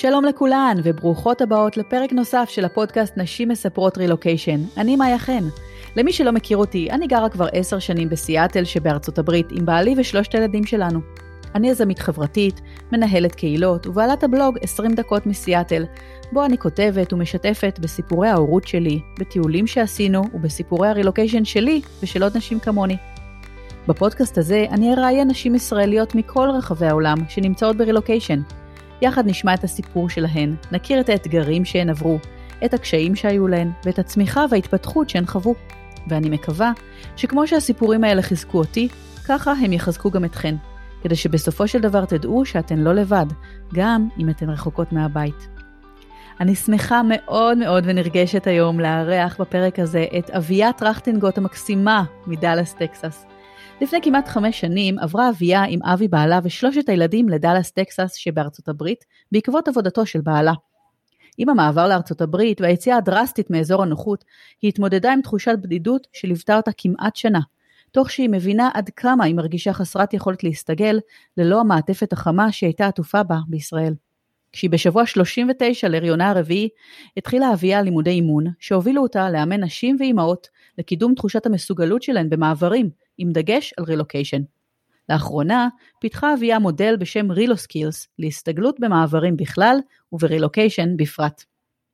שלום לכולן וברוכות הבאות לפרק נוסף של הפודקאסט נשים מספרות רילוקיישן. אני מאיה חן. למי שלא מכיר אותי, אני גרה כבר 10 שנים בסיאטל שבארצות הברית עם בעלי ושלושת הילדים שלנו. אני יזמית חברתית, מנהלת קהילות ובעלת הבלוג 20 דקות מסיאטל, בו אני כותבת ומשתפת בסיפורי ההורות שלי, בטיולים שעשינו ובסיפורי הרילוקיישן שלי ושל עוד נשים כמוני. בפודקאסט הזה אני אראיין נשים ישראליות מכל רחבי העולם שנמצאות ברילוקיישן. יחד נשמע את הסיפור שלהן, נכיר את האתגרים שהן עברו, את הקשיים שהיו להן ואת הצמיחה וההתפתחות שהן חוו. ואני מקווה שכמו שהסיפורים האלה חיזקו אותי, ככה הם יחזקו גם אתכן, כדי שבסופו של דבר תדעו שאתן לא לבד, גם אם אתן רחוקות מהבית. אני שמחה מאוד מאוד ונרגשת היום לארח בפרק הזה את אביה טרכטנגוט המקסימה מדלס טקסס. לפני כמעט 5 שנים עברה אביה עם אבי בעלה ושלושת הילדים לדלס טקסס שבארצות הברית בעקבות עבודתו של בעלה. עם המעבר לארצות הברית והיציאה הדרסטית מאזור הנוחות, היא התמודדה עם תחושת בדידות שליוותה אותה כמעט שנה, תוך שהיא מבינה עד כמה היא מרגישה חסרת יכולת להסתגל ללא המעטפת החמה שהייתה עטופה בה בישראל. כשהיא בשבוע 39 להריונה הרביעי, התחילה אביה לימודי אימון שהובילו אותה לאמן נשים ואימהות לקידום תחושת המסוגלות שלהן במעברים, עם דגש על רילוקיישן. לאחרונה פיתחה אביה מודל בשם רילו סקילס להסתגלות במעברים בכלל וברילוקיישן בפרט.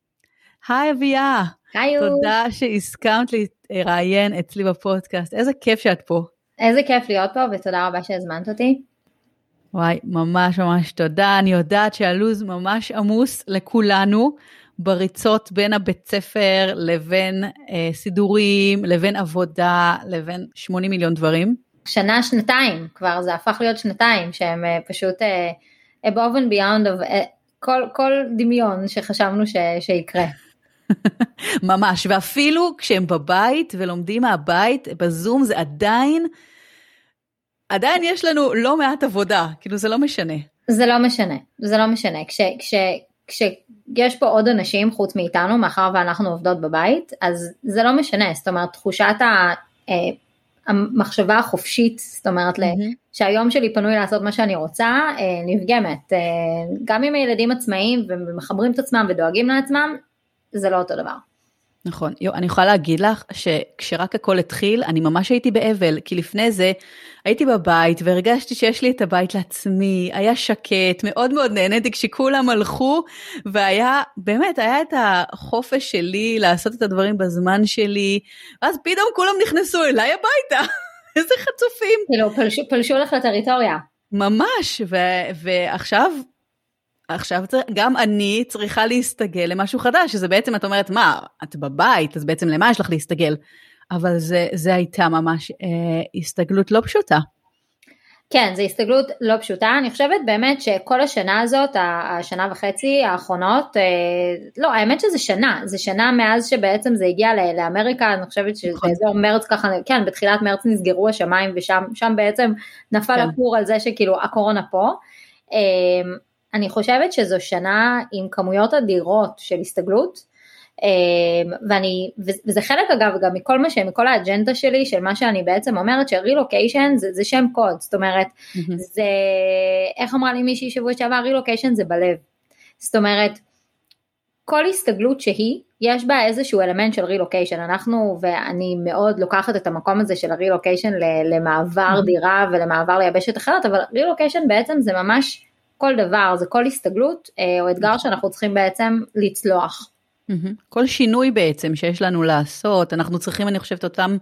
היי אביה, תודה שהסכמת להתראיין אצלי בפודקאסט, איזה כיף שאת פה. איזה כיף להיות פה ותודה רבה שהזמנת אותי. וואי, ממש ממש תודה, אני יודעת שהלוז ממש עמוס לכולנו, בריצות בין הבית ספר לבין סידורים, לבין עבודה, לבין 80 מיליון דברים. שנה, שנתיים, כבר זה הפך להיות שנתיים, שהם פשוט above and beyond of כל דמיון שחשבנו שיקרה. ממש, ואפילו כשהם בבית ולומדים מהבית, בזום זה עדיין יש לנו לא מעט עבודה, כאילו זה לא משנה. זה לא משנה, כשיש פה עוד אנשים חוץ מאיתנו, מאחר ואנחנו עובדות בבית, אז זה לא משנה, זאת אומרת, תחושת המחשבה החופשית, זאת אומרת, שהיום שלי פנוי לעשות מה שאני רוצה, נפגמת, גם עם הילדים עצמאיים, ומחברים את עצמם ודואגים לעצמם, זה לא אותו דבר. נכון, אני יכולה להגיד לך שכשרק הכל התחיל, אני ממש הייתי באבל, כי לפני זה הייתי בבית והרגשתי שיש לי את הבית לעצמי, היה שקט, מאוד מאוד נהניתי כשכולם הלכו, והיה, באמת, היה את החופש שלי לעשות את הדברים בזמן שלי, ואז פתאום כולם נכנסו אליי הביתה, איזה חצופים. כאילו, פלשו לך לטריטוריה. ממש, ועכשיו גם אני צריכה להסתגל למשהו חדש, שזה בעצם את אומרת, מה, את בבית, אז בעצם למה יש לך להסתגל? אבל זה הייתה ממש הסתגלות לא פשוטה. כן, זו הסתגלות לא פשוטה, אני חושבת באמת שכל השנה הזאת, השנה וחצי האחרונות, לא, האמת שזה שנה, זה שנה מאז שבעצם זה הגיע לאמריקה, אני חושבת שבאזור מרץ ככה, כן, בתחילת מרץ נסגרו השמיים, ושם בעצם נפל הפור על זה שכאילו הקורונה פה, אני חושבת שזו שנה עם כמויות אדירות של הסתגלות, וזה חלק אגב גם מכל האג'נדה שלי, של מה שאני בעצם אומרת, שרילוקיישן זה שם קוד, זאת אומרת, זה, איך אמרה לי מישהי שבוע שעבר, רילוקיישן זה בלב, זאת אומרת, כל הסתגלות שהיא, יש בה איזשהו אלמנט של רילוקיישן, ואני מאוד לוקחת את המקום הזה של הרילוקיישן למעבר דירה, ולמעבר ליבשת אחרת, אבל רילוקיישן בעצם זה ממש כל דבר, זה כל הסתגלות, או אתגר שאנחנו צריכים בעצם לצלוח. כל שינוי בעצם שיש לנו לעשות, אנחנו צריכים, אני חושבת, אותם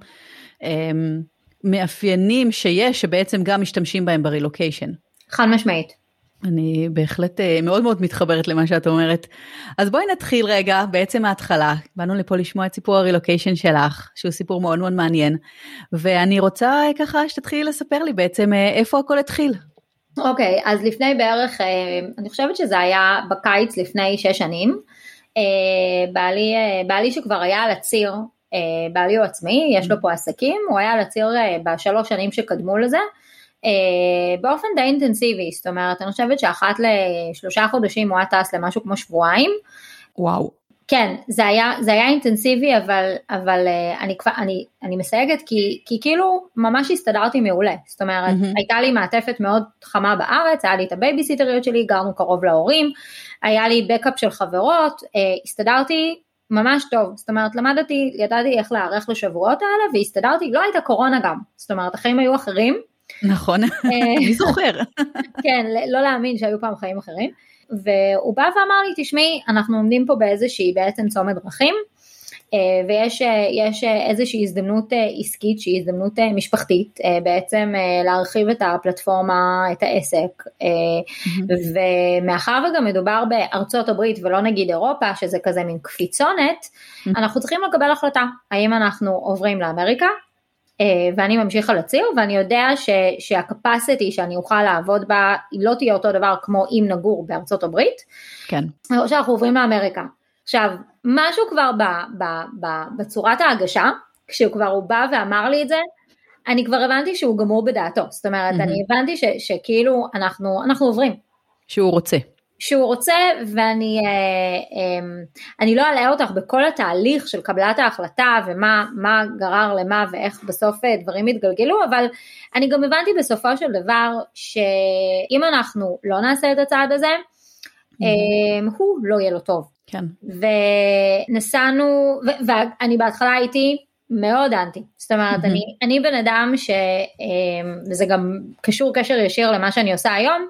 מאפיינים שיש, שבעצם גם משתמשים בהם ברילוקיישן. חד משמעית. אני בהחלט מאוד מאוד מתחברת למה שאת אומרת. אז בואי נתחיל רגע, בעצם מההתחלה, באנו לפה לשמוע את סיפור הרילוקיישן שלך, שהוא סיפור מאוד מאוד מעניין, ואני רוצה ככה שתתחילי לספר לי בעצם איפה הכל התחיל. אוקיי, אז לפני בערך, אני חושבת שזה היה בקיץ לפני 6 שנים, בעלי שכבר היה על הציר, בעלי הוא עצמאי, יש לו פה עסקים, הוא היה על הציר ב3 שנים שקדמו לזה, באופן די אינטנסיבי, זאת אומרת, אני חושבת שאחת ל3 חודשים הוא היה טס למשהו כמו שבועיים, וואו. כן, זה היה אינטנסיבי, אבל אני מסייגת, כי כאילו ממש הסתדרתי מעולה, זאת אומרת, הייתה לי מעטפת מאוד חמה בארץ, היה לי את הבייביסיטריות שלי, גרנו קרוב להורים, היה לי בקאפ של חברות, הסתדרתי ממש טוב, זאת אומרת, ידעתי איך להיערך לשבועות האלה, והסתדרתי, לא הייתה קורונה גם, זאת אומרת, החיים היו אחרים. נכון, אני זוכר. כן, לא להאמין שהיו פעם חיים אחרים. והוא בא ואמר לי, תשמעי, אנחנו עומדים פה באיזושהי בעצם צומת דרכים, ויש איזושהי הזדמנות עסקית, שהיא הזדמנות משפחתית, בעצם להרחיב את הפלטפורמה, את העסק, ומאחר וגם מדובר בארצות הברית, ולא נגיד אירופה, שזה כזה מין קפיצונת, אנחנו צריכים לקבל החלטה, האם אנחנו עוברים לאמריקה, ואני ממשיכה לציר, ואני יודע שהקפסיטי שאני אוכל לעבוד בה, היא לא תהיה אותו דבר כמו אם נגור בארצות הברית, כן. או שאנחנו עוברים לאמריקה. עכשיו, משהו כבר בצורת ההגשה, כשהוא כבר בא ואמר לי את זה, אני כבר הבנתי שהוא גמור בדעתו, זאת אומרת, אני הבנתי שכאילו אנחנו עוברים. שהוא רוצה, ואני לא אעלה אותך בכל התהליך של קבלת ההחלטה, ומה גרר למה, ואיך בסוף דברים התגלגלו, אבל אני גם הבנתי בסופו של דבר, שאם אנחנו לא נעשה את הצעד הזה, הוא לא יהיה לו טוב. כן. ונסענו, ואני בהתחלה הייתי מאוד אנטי, זאת אומרת, אני בן אדם וזה גם קשור קשר ישיר למה שאני עושה היום,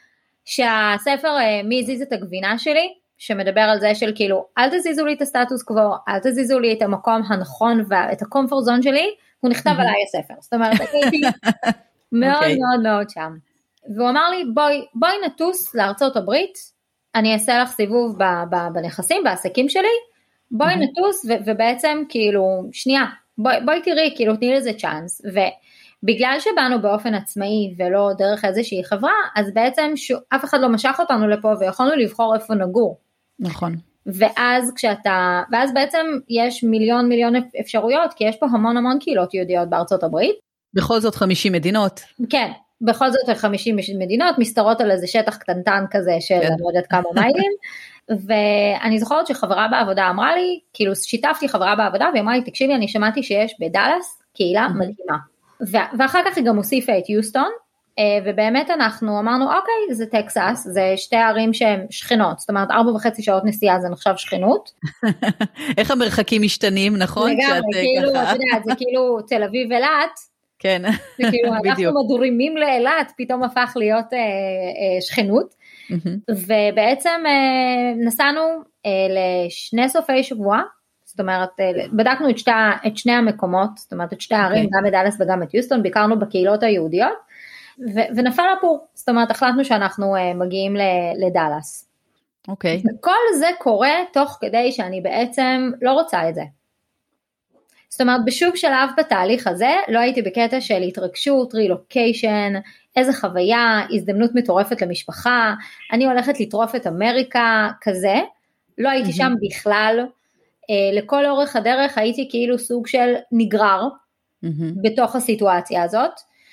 שהספר מי הזיז את הגבינה שלי, שמדבר על זה של כאילו, אל תזיזו לי את הסטטוס קוו, אל תזיזו לי את המקום הנכון, ואת הקומפורט זון שלי, הוא נכתב עליי הספר, זאת אומרת, הייתי מאוד מאוד מאוד שם, והוא אמר לי, בואי נטוס לארצות הברית, אני אעשה לך סיבוב בנכסים, בעסקים שלי, בואי נטוס, ובעצם כאילו, שנייה, בואי תראי, כאילו תני לזה צ'אנס, בגלל שבאנו באופן עצמאי ולא דרך איזושהי חברה, אז בעצם אף אחד לא משך אותנו לפה ויכולנו לבחור איפה נגור. נכון. ואז בעצם יש מיליון אפשרויות, כי יש פה המון קהילות יהודיות בארצות הברית. בכל זאת 50 מדינות. כן, בכל זאת 50 מדינות, מסתרות על איזה שטח קטנטן כזה של אני לא יודעת כמה מיילים, ואני זוכרת שחברה בעבודה אמרה לי, כאילו שיתפתי חברה בעבודה, והיא אמרה לי, תקשיבי, אני שמעתי שיש בדלס קהילה מדהימה. ואחר כך היא גם הוסיפה את יוסטון, ובאמת אנחנו אמרנו, אוקיי, זה טקסס, זה שתי ערים שהן שכנות, זאת אומרת 4.5 שעות נסיעה זה נחשב שכנות. איך המרחקים משתנים, נכון? לגמרי, כאילו, אתה יודע, זה כאילו תל אביב אילת, כן, וכאילו אנחנו מדורימים לאילת, פתאום הפך להיות שכנות, ובעצם נסענו לשני סופי שבוע, זאת אומרת, בדקנו את שני המקומות, זאת אומרת, את שתי הערים, גם את דלס וגם את יוסטון, ביקרנו בקהילות היהודיות, ונפל הפור, זאת אומרת, החלטנו שאנחנו מגיעים לדלס. אוקיי. וכל זה קורה תוך כדי שאני בעצם לא רוצה את זה. זאת אומרת, בשום שלב בתהליך הזה, לא הייתי בקטע של התרגשות, רילוקיישן, איזה חוויה, הזדמנות מטורפת למשפחה, אני הולכת לטרוף את אמריקה, כזה, לא הייתי שם בכלל, לכל אורך הדרך הייתי כאילו סוג של נגרר, בתוך הסיטואציה הזאת,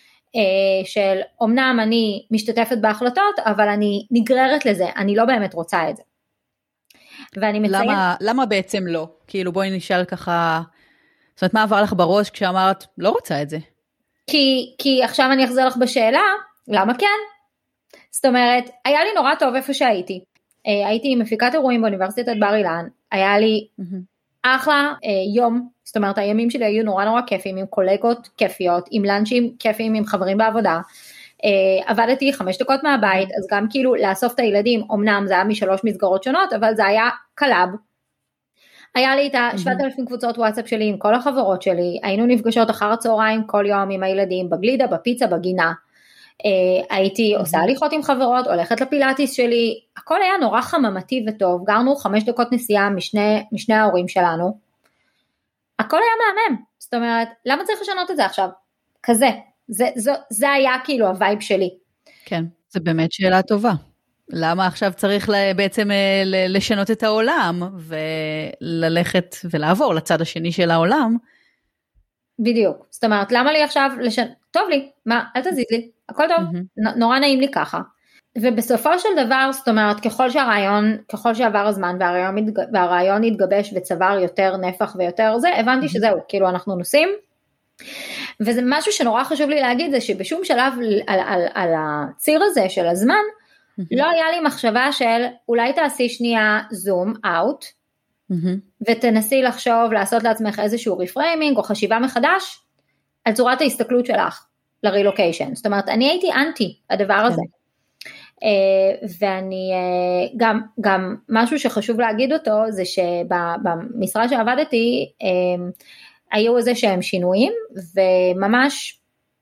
של אמנם אני משתתפת בהחלטות, אבל אני נגררת לזה, אני לא באמת רוצה את זה. ואני מציין... למה בעצם לא? כאילו בואי נשאל ככה, זאת אומרת מה עבר לך בראש כשאמרת לא רוצה את זה? כי עכשיו אני אחזר לך בשאלה, למה כן? זאת אומרת, היה לי נורא טוב איפה שהייתי, הייתי מפיקת אירועים באוניברסיטת בר אילן, היה לי אחלה יום, זאת אומרת הימים שלי היו נורא כיפים, עם קולגות כיפיות, עם לנצ'ים כיפים, עם חברים בעבודה, עבדתי 5 דקות מהבית, אז גם כאילו לאסוף את הילדים, אמנם זה היה מ3 מסגרות שונות, אבל זה היה קלאב, היה לי את 7,000 קבוצות וואטסאפ שלי, עם כל החברות שלי, היינו נפגשות אחר הצהריים כל יום עם הילדים, בגלידה, בפיצה, בגינה, הייתי עושה הליכות עם חברות, הולכת לפילאטיס שלי, הכל היה נורא חממתי וטוב, גרנו 5 דקות נסיעה משני ההורים שלנו, הכל היה מהמם, זאת אומרת, למה צריך לשנות את זה עכשיו? כזה, זה היה כאילו הווייב שלי. כן, זה באמת שאלה טובה. למה עכשיו צריך בעצם לשנות את העולם, וללכת ולעבור לצד השני של העולם? בדיוק, זאת אומרת, למה לי עכשיו טוב לי, מה, אל תזיז לי, הכל טוב, נורא נעים לי ככה. ובסופו של דבר, זאת אומרת, ככל שעבר הזמן והרעיון התגבש וצבר יותר נפח ויותר זה, הבנתי שזהו, כאילו אנחנו נוסעים, וזה משהו שנורא חשוב לי להגיד, זה שבשום שלב על הציר הזה של הזמן, לא היה לי מחשבה של אולי תעשי שנייה זום אאוט, ותנסי לחשוב, לעשות לעצמך איזשהו ריפריימינג או חשיבה מחדש, על צורת ההסתכלות שלך לרילוקיישן. זאת אומרת, אני הייתי אנטי הדבר הזה. ואני גם משהו שחשוב להגיד אותו, זה שבמשרה שעבדתי, היו איזה שהם שינויים, וממש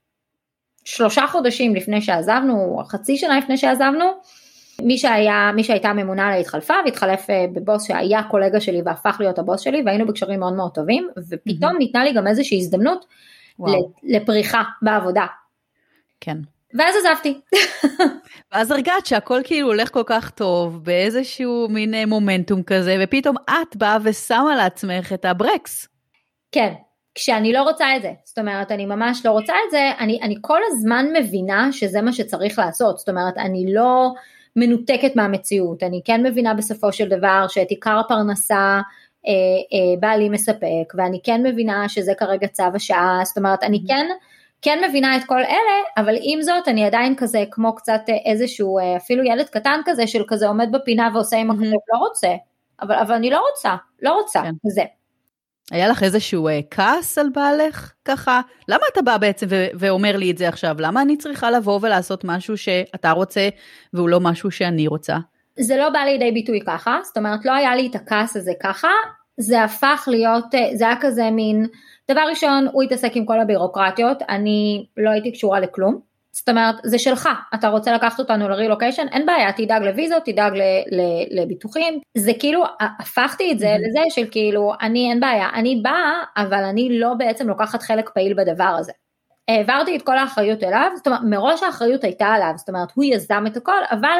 3 חודשים לפני שעזבנו, חצי שנה לפני שעזבנו, מי שהייתה ממונה עליה התחלפה, והתחלף בבוס שהיה קולגה שלי, והפך להיות הבוס שלי, והיינו בקשרים מאוד מאוד טובים, ופתאום ניתנה לי גם איזושהי הזדמנות, לפריחה בעבודה. כן. ואז עזבתי. ואז הרגעת שהכל כאילו הולך כל כך טוב, באיזשהו מין מומנטום כזה, ופתאום את באה ושמה לעצמך את הברקס. כן, כשאני לא רוצה את זה, זאת אומרת, אני ממש לא רוצה את זה, אני כל הזמן מבינה שזה מה שצריך לעשות, זאת אומרת, אני לא מנותקת מהמציאות, אני כן מבינה בסופו של דבר, שאת עיקר הפרנסה בעלי מספק, ואני כן מבינה שזה כרגע צו השעה, זאת אומרת, אני כן מבינה את כל אלה, אבל עם זאת, אני עדיין כזה, כמו קצת איזשהו, אפילו ילד קטן כזה, של כזה עומד בפינה ועושה עם הכתוב, לא רוצה, אבל אני לא רוצה, זה. היה לך איזשהו כעס על בעלך ככה? למה אתה בא בעצם ואומר לי את זה עכשיו? למה אני צריכה לבוא ולעשות משהו שאתה רוצה, והוא לא משהו שאני רוצה? זה לא בא לידי ביטוי ככה, זאת אומרת, לא היה לי את הכעס הזה ככה, זה הפך להיות, זה היה כזה מין, דבר ראשון, הוא התעסק עם כל הבירוקרטיות, אני לא הייתי קשורה לכלום, זאת אומרת, זה שלך, אתה רוצה לקחת אותנו לרילוקיישן, אין בעיה, תדאג לויזות, תדאג לביטוחים, זה כאילו, הפכתי את זה לזה של כאילו, אין בעיה, אני באה, אבל אני לא בעצם לוקחת חלק פעיל בדבר הזה. העברתי את כל האחריות אליו, זאת אומרת, מראש האחריות הייתה עליו, זאת אומרת, הוא יזם את הכל, אבל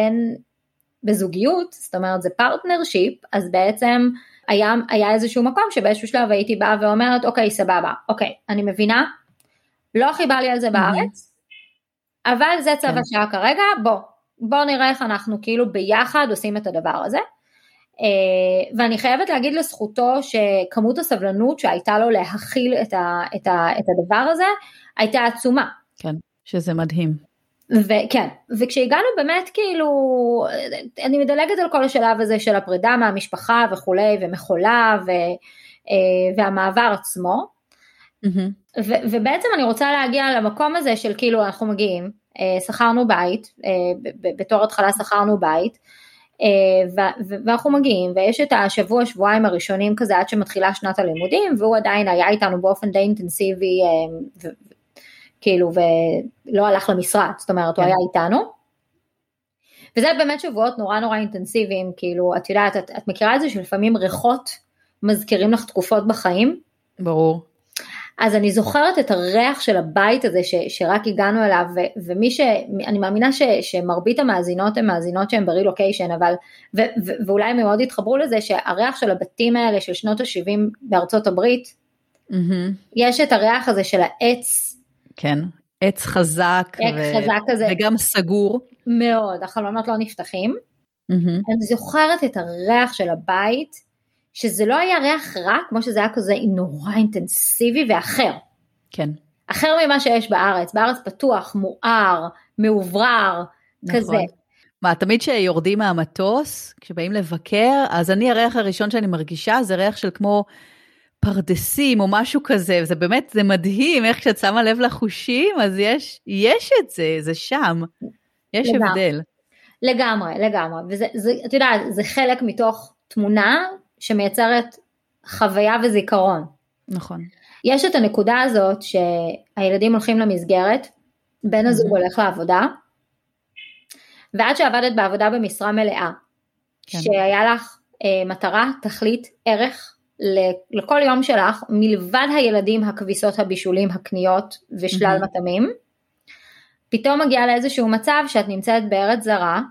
בזוגיות, זאת אומרת, זה פרטנרשיפ, אז בעצם היה איזשהו מקום שבאיזשהו שלב הייתי באה ואומרת, אוקיי, סבבה, אוקיי, אני מבינה, לא הכי בא לי על זה בארץ, אבל זה צו השעה כרגע, בוא נראה איך אנחנו כאילו ביחד עושים את הדבר הזה, ואני חייבת להגיד לזכותו שכמות הסבלנות שהייתה לו להכיל את הדבר הזה, הייתה עצומה. כן, שזה מדהים. וכן, וכשהגענו באמת כאילו, אני מדלגת על כל השלב הזה של הפרידה מהמשפחה וכולי, ומחולה, והמעבר עצמו, ובעצם אני רוצה להגיע למקום הזה של כאילו אנחנו מגיעים, שכרנו בית, בתור התחלה שכרנו בית, ואנחנו מגיעים, ויש את שבועיים הראשונים כזה עד שמתחילה שנת הלימודים, והוא עדיין היה איתנו באופן די אינטנסיבי, כאילו, ולא הלך למשרד, זאת אומרת, הוא היה איתנו, וזה באמת שבועות נורא אינטנסיביים, כאילו, את יודעת, את מכירה את זה שלפעמים ריחות מזכירים לך תקופות בחיים? ברור. אז אני זוכרת את הריח של הבית הזה שרק הגענו אליו, אני מאמינה שמרבית המאזינות הן מאזינות שהן ברילוקיישן, אבל, ואולי הם מאוד התחברו לזה, שהריח של הבתים האלה של שנות ה-70 בארצות הברית, יש את הריח הזה של העץ, כן, עץ חזק, חזק כזה, וגם סגור. מאוד, החלונות לא נפתחים, אני זוכרת את הריח של הבית, שזה לא היה ריח רע, כמו שזה היה כזה נורא אינטנסיבי ואחר. כן. אחר ממה שיש בארץ, בארץ פתוח, מואר, מעוברר, נכון. כזה. מה, תמיד שיורדים מהמטוס, כשבאים לבקר, אז הריח הראשון שאני מרגישה, זה ריח של כמו פרדסים או משהו כזה, וזה באמת, זה מדהים, איך כשאת שמה לב לחושים, אז יש את זה, זה שם, יש לגמרי. הבדל. לגמרי, וזה, אתה יודע, זה חלק מתוך תמונה, שמייצרת חוויה וזיכרון. נכון. יש את הנקודה הזאת שהילדים הולכים למסגרת, בן הזוג הולך לעבודה, ועד שעבדת בעבודה במשרה מלאה, כן. שהיה לך מטרה, תכלית, ערך לכל יום שלך, מלבד הילדים, הכביסות, הבישולים, הקניות ושלל מטעמים, פתאום מגיעה לאיזשהו מצב שאת נמצאת בארץ זרה,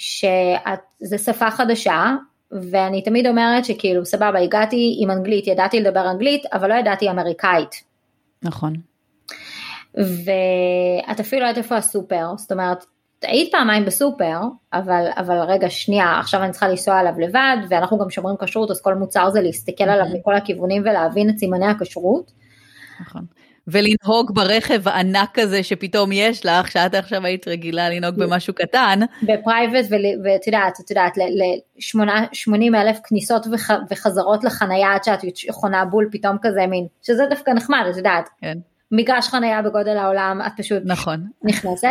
שזה שפה חדשה, ואני תמיד אומרת שכאילו סבבה, הגעתי עם אנגלית, ידעתי לדבר אנגלית, אבל לא ידעתי אמריקאית. נכון. ואת אפילו לא יודעת איפה הסופר, זאת אומרת, היית פעמיים בסופר, אבל רגע שנייה, עכשיו אני צריכה לנסוע עליו לבד, ואנחנו גם שומרים כשרות, אז כל מוצר זה להסתכל עליו מכל הכיוונים, ולהבין את סימני הכשרות. נכון. ולנהוג ברכב הענק הזה שפתאום יש לך, שאת עכשיו היית רגילה לנהוג במשהו קטן. בפרייבט, ואת יודעת, ל-80,000 כניסות וחזרות לחנייה, עד שאת חונה בול פתאום כזה מין, שזה דווקא נחמד, את יודעת. כן. מגרש חנייה בגודל העולם, את פשוט נכנסת.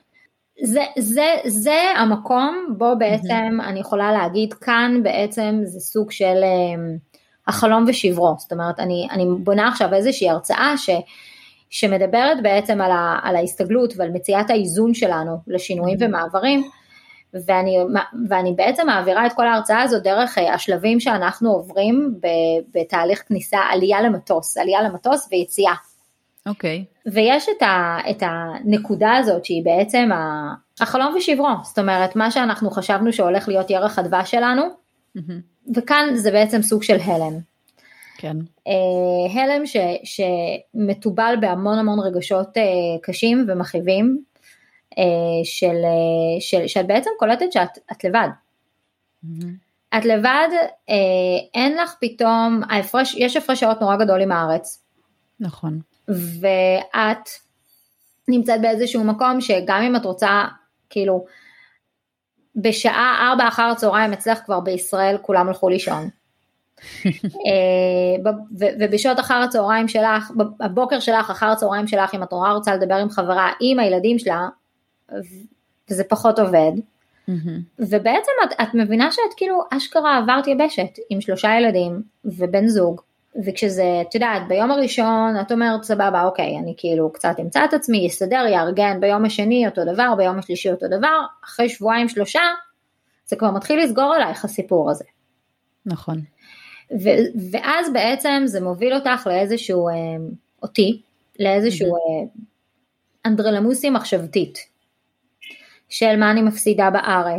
זה המקום בו בעצם אני יכולה להגיד, כאן בעצם זה סוג של החלום ושברו, זאת אומרת, אני בונה עכשיו איזושהי הרצאה שמדברת בעצם על ההסתגלות ועל מציאת האיזון שלנו לשינויים ומעברים, ואני בעצם מעבירה את כל ההרצאה הזו דרך השלבים שאנחנו עוברים בתהליך כניסה, עלייה למטוס ויציאה. אוקיי. ויש את הנקודה הזאת שהיא בעצם החלום ושברו, זאת אומרת, מה שאנחנו חשבנו שהולך להיות ירח הדבש שלנו, וכאן זה בעצם סוג של הלם. כן. הלם שמטובל בהמון המון רגשות קשים ומכאיבים, שאת בעצם קולטת שאת לבד. את לבד, אין לך פתאום, יש הפרש שעות נורא גדול עם הארץ. נכון. ואת נמצאת באיזשהו מקום שגם אם את רוצה, כאילו, בשעה 4 אחר הצהריים אצלך כבר בישראל כולם הלכו לישון. ובשעות אחר הצהריים שלך, הבוקר שלך, אחר הצהריים שלך, אם את רוצה לדבר עם חברה, עם הילדים שלה, וזה פחות עובד, ובעצם את מבינה שאת כאילו אשכרה עברת יבשת, עם 3 ילדים ובן זוג, וכשזה, את יודעת, ביום הראשון, את אומרת, סבבה, אוקיי, אני כאילו קצת אמצא את עצמי, יסתדר, יארגן, ביום השני אותו דבר, ביום השלישי אותו דבר, אחרי 2-3 שבועות, זה כבר מתחיל לסגור עלייך הסיפור הזה. נכון. ואז בעצם זה מוביל אותך לאיזשהו, אותי, לאיזשהו אנדרלמוסיה מחשבתית, של מה אני מפסידה בארץ,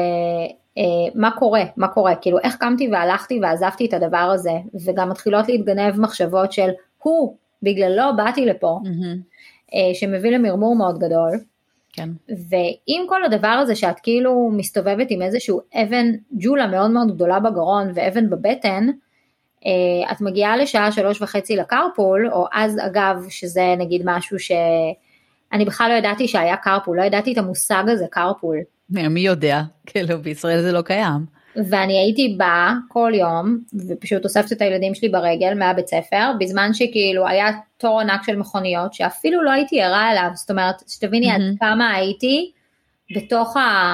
מה קורה, כאילו איך קמתי והלכתי ועזבתי את הדבר הזה, וגם מתחילות להתגנב מחשבות של, בגללו באתי לפה, שמביא למרמור מאוד גדול, כן. ועם כל הדבר הזה שאת כאילו מסתובבת עם איזשהו אבן ג'ולה מאוד מאוד גדולה בגרון, ואבן בבטן, את מגיעה לשעה 3:30 לקרפול, או אז אגב שזה נגיד משהו שאני בכלל לא ידעתי שהיה קרפול, לא ידעתי את המושג הזה קרפול. מי יודע, כאילו בישראל זה לא קיים. ואני הייתי באה כל יום, ופשוט אוספת את הילדים שלי ברגל מהבית ספר, בזמן שכאילו היה תור ענק של מכוניות, שאפילו לא הייתי ערה אליו, זאת אומרת, שתביני עד כמה הייתי, בתוך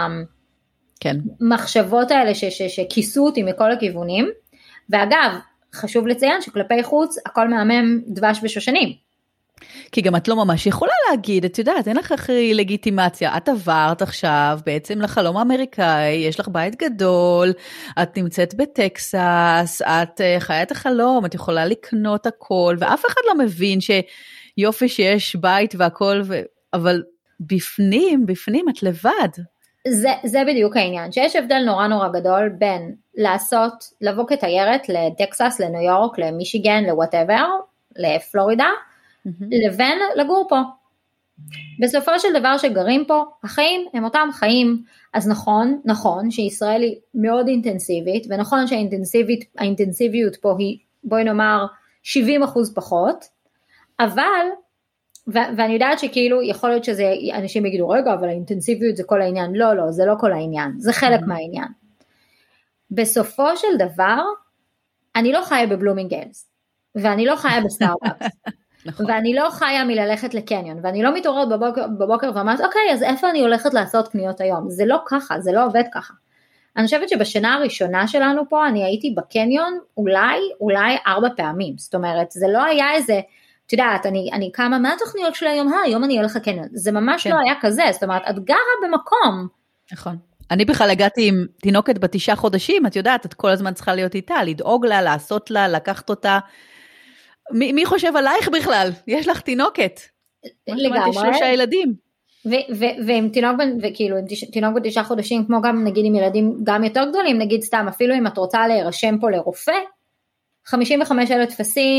המחשבות האלה שכיסו אותי מכל הכיוונים, ואגב, חשוב לציין שכלפי חוץ, הכל מהמם דבש ושושנים. כי גם את לא ממש יכולה להגיד, את יודעת, אין לך הכי לגיטימציה, את עברת עכשיו בעצם לחלום האמריקאי, יש לך בית גדול, את נמצאת בטקסס, את חיה את החלום, את יכולה לקנות הכל, ואף אחד לא מבין שיופי שיש בית והכל, אבל בפנים את לבד. זה בדיוק העניין, שיש הבדל נורא נורא גדול בין לבוא כתיירת לטקסס, לניו יורק, למישיגן, לווואטאבר, לפלורידה, לבין לגור פה. בסופו של דבר שגרים פה, החיים הם אותם חיים, אז נכון שישראל היא מאוד אינטנסיבית, ונכון שהאינטנסיביות פה היא, בואי נאמר, 70% פחות, אבל, ואני יודעת שכאילו יכול להיות שזה, אנשים יגידו, רגע, אבל האינטנסיביות זה כל העניין, לא, זה לא כל העניין, זה חלק מהעניין. בסופו של דבר, אני לא חיה בבלומינגלס, ואני לא חיה בסטארבקס, נכון. ואני לא חיה מללכת לקניון, ואני לא מתעוררת בבוקר ואומרת, אוקיי, אז איפה אני הולכת לעשות קניות היום? זה לא ככה, זה לא עובד ככה. אני חושבת שבשנה הראשונה שלנו פה, אני הייתי בקניון אולי 4 פעמים, זאת אומרת, זה לא היה איזה, את יודעת, אני קמה, מה התוכניות של היום? היום אני הולך לקניון, זה ממש לא היה כזה, זאת אומרת, את גרה במקום. נכון. אני בכלל הגעתי עם תינוקת ב9 חודשים, את יודעת, את כל הזמן צריכה להיות איתה, לדאוג לה, לעשות לה, לקחת אותה, מי חושב עלייך בכלל? יש לך תינוקת. לגמרי. יש 3 ילדים. ועם תינוק ב9 חודשים, כמו גם נגיד עם ילדים גם יותר גדולים, נגיד סתם, אפילו אם את רוצה להירשם פה לרופא, 55,000 טפסים,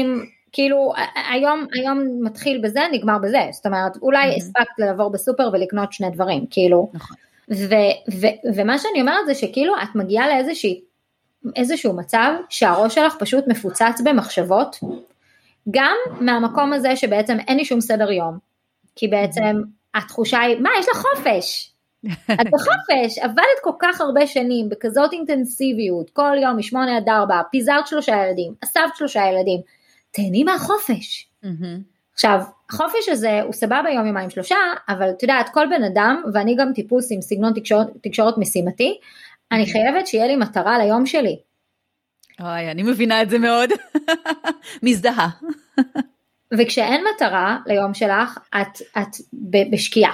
כאילו היום מתחיל בזה, נגמר בזה, זאת אומרת, אולי הספקת לעבור בסופר ולקנות שני דברים, כאילו, ומה שאני אומרת זה שכאילו את מגיעה לאיזשהו מצב שהראש שלך פשוט מפוצץ במחשבות, גם מהמקום הזה שבעצם אין לי שום סדר יום, כי בעצם התחושה היא, מה, יש לך חופש, את בחופש, עבדת כל כך הרבה שנים, בכזאת אינטנסיביות, כל יום מ8-4, פיזרת 3 ילדים, אספת 3 ילדים, תהני מהחופש. עכשיו, החופש הזה הוא סבבה יום 2-3, אבל אתה יודעת, כל בן אדם, ואני גם טיפוס עם סגנון תקשורת משימתי, אני חייבת שיהיה לי מטרה ליום שלי. אוי, אני מבינה את זה מאוד. מזדהה. וכשאין מטרה ליום שלך, את בשקיעה.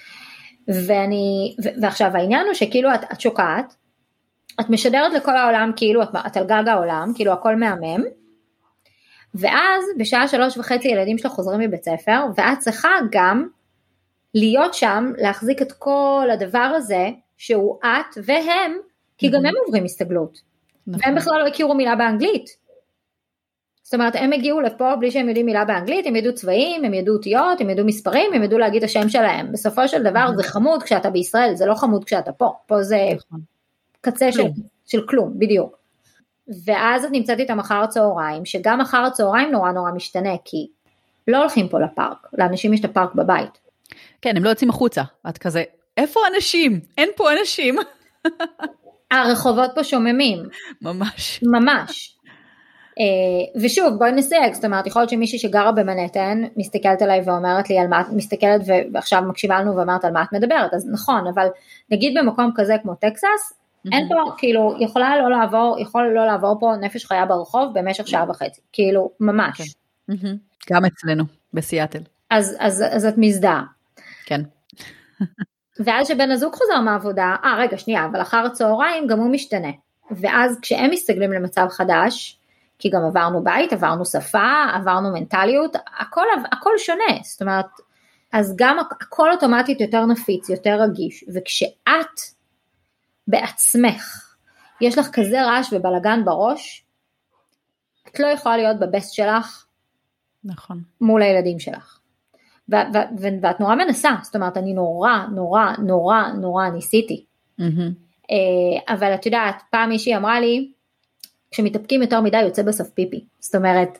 ועכשיו העניין הוא שכאילו את שוקעת, את משדרת לכל העולם, כאילו את על גג העולם, כאילו הכל מהמם, ואז בשעה 3:30 ילדים שלך חוזרים מבית ספר, ואת צריכה גם להיות שם, להחזיק את כל הדבר הזה, שהוא את והם, כי גם הם עוברים הסתגלות, והם בכלל לא הכירו מילה באנגלית, זאת אומרת, הם הגיעו לפה בלי שהם יודעים מילה באנגלית, הם ידעו צבעים, הם ידעו אותיות, הם ידעו מספרים, הם ידעו להגיד השם שלהם, בסופו של דבר זה חמוד כשאתה בישראל, זה לא חמוד כשאתה פה זה קצה של כלום, בדיוק. ואז את נמצאת איתם אחר הצהריים, שגם אחר הצהריים נורא נורא משתנה, כי לא הולכים פה לפארק, לאנשים יש את הפארק בבית. כן, הם לא יוצאים החוצה, את כזה, איפה אנשים? אין פה אנשים. הרחובות פה שוממים. ממש. ממש. ושוב, בואי נסייג, זאת אומרת, יכול להיות שמישהי שגרה במנהטן, מסתכלת עליי ואומרת לי על מה את מסתכלת, ועכשיו מקשיבה לנו ואומרת על מה את מדברת, אז נכון, אבל נגיד במקום כזה כמו טקסס, אין פה, כאילו, יכול לא לעבור פה נפש חיה ברחוב במשך 1.5 שעות, כאילו, ממש. גם אצלנו, בסיאטל. אז את מזדהה. כן. ואז שבן הזוג חוזר מהעבודה, רגע, שנייה, אבל אחר הצהריים גם הוא משתנה. ואז כשהם מסתגלים למצב חדש, כי גם עברנו בית, עברנו שפה, עברנו מנטליות, הכל שונה, זאת אומרת, אז גם הכל אוטומטית יותר נפיץ, יותר רגיש, וכשאת בעצמך, יש לך כזה רעש ובלגן בראש, את לא יכולה להיות בבסט שלך, נכון. מול הילדים שלך. ואת נורא מנסה, זאת אומרת, אני נורא ניסיתי. אבל את יודעת, פעם מישהי אמרה לי, כשמתאפקים יותר מדי יוצא בסוף פיפי, זאת אומרת,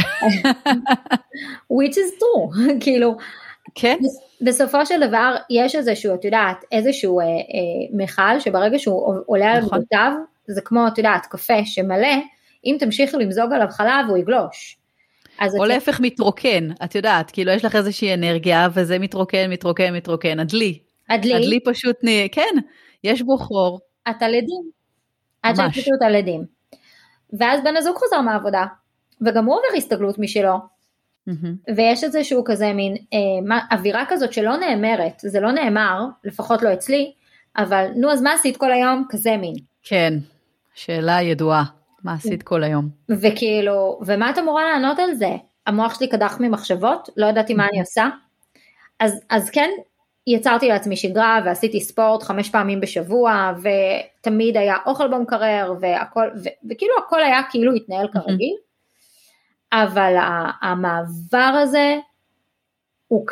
which is true, כאילו, כן. בסופו של דבר, יש איזשהו, את יודעת, איזשהו מיכל, שברגע שהוא עולה על גבותיו, זה כמו, את יודעת, קפה שמלא, אם תמשיך למזוג עליו חלב, הוא יגלוש. או להפך מתרוקן, את יודעת, כאילו יש לך איזושהי אנרגיה, וזה מתרוקן, הדלי פשוט, כן, יש בו חור. את הלדים, עד שפשוט הלדים. ואז בן הזוג חוזר מהעבודה, וגם הוא עובר הסתגלות משלו, ויש איזשהו כזה מין אווירה כזאת שלא נאמרת, זה לא נאמר, לפחות לא אצלי, אבל נו אז מה עשית כל היום? כזה מין. כן, שאלה ידועה, מה עשית כל היום? וכאילו, ומה את אמורה לענות על זה? המוח שלי קדח ממחשבות, לא ידעתי מה אני עושה, אז כן, יצרתי לעצמי שגרה, ועשיתי ספורט 5 פעמים בשבוע, ותמיד היה אוכל במקרר, וכאילו הכל היה כאילו התנהל כרגיל, אבל המעבר הזה, הוא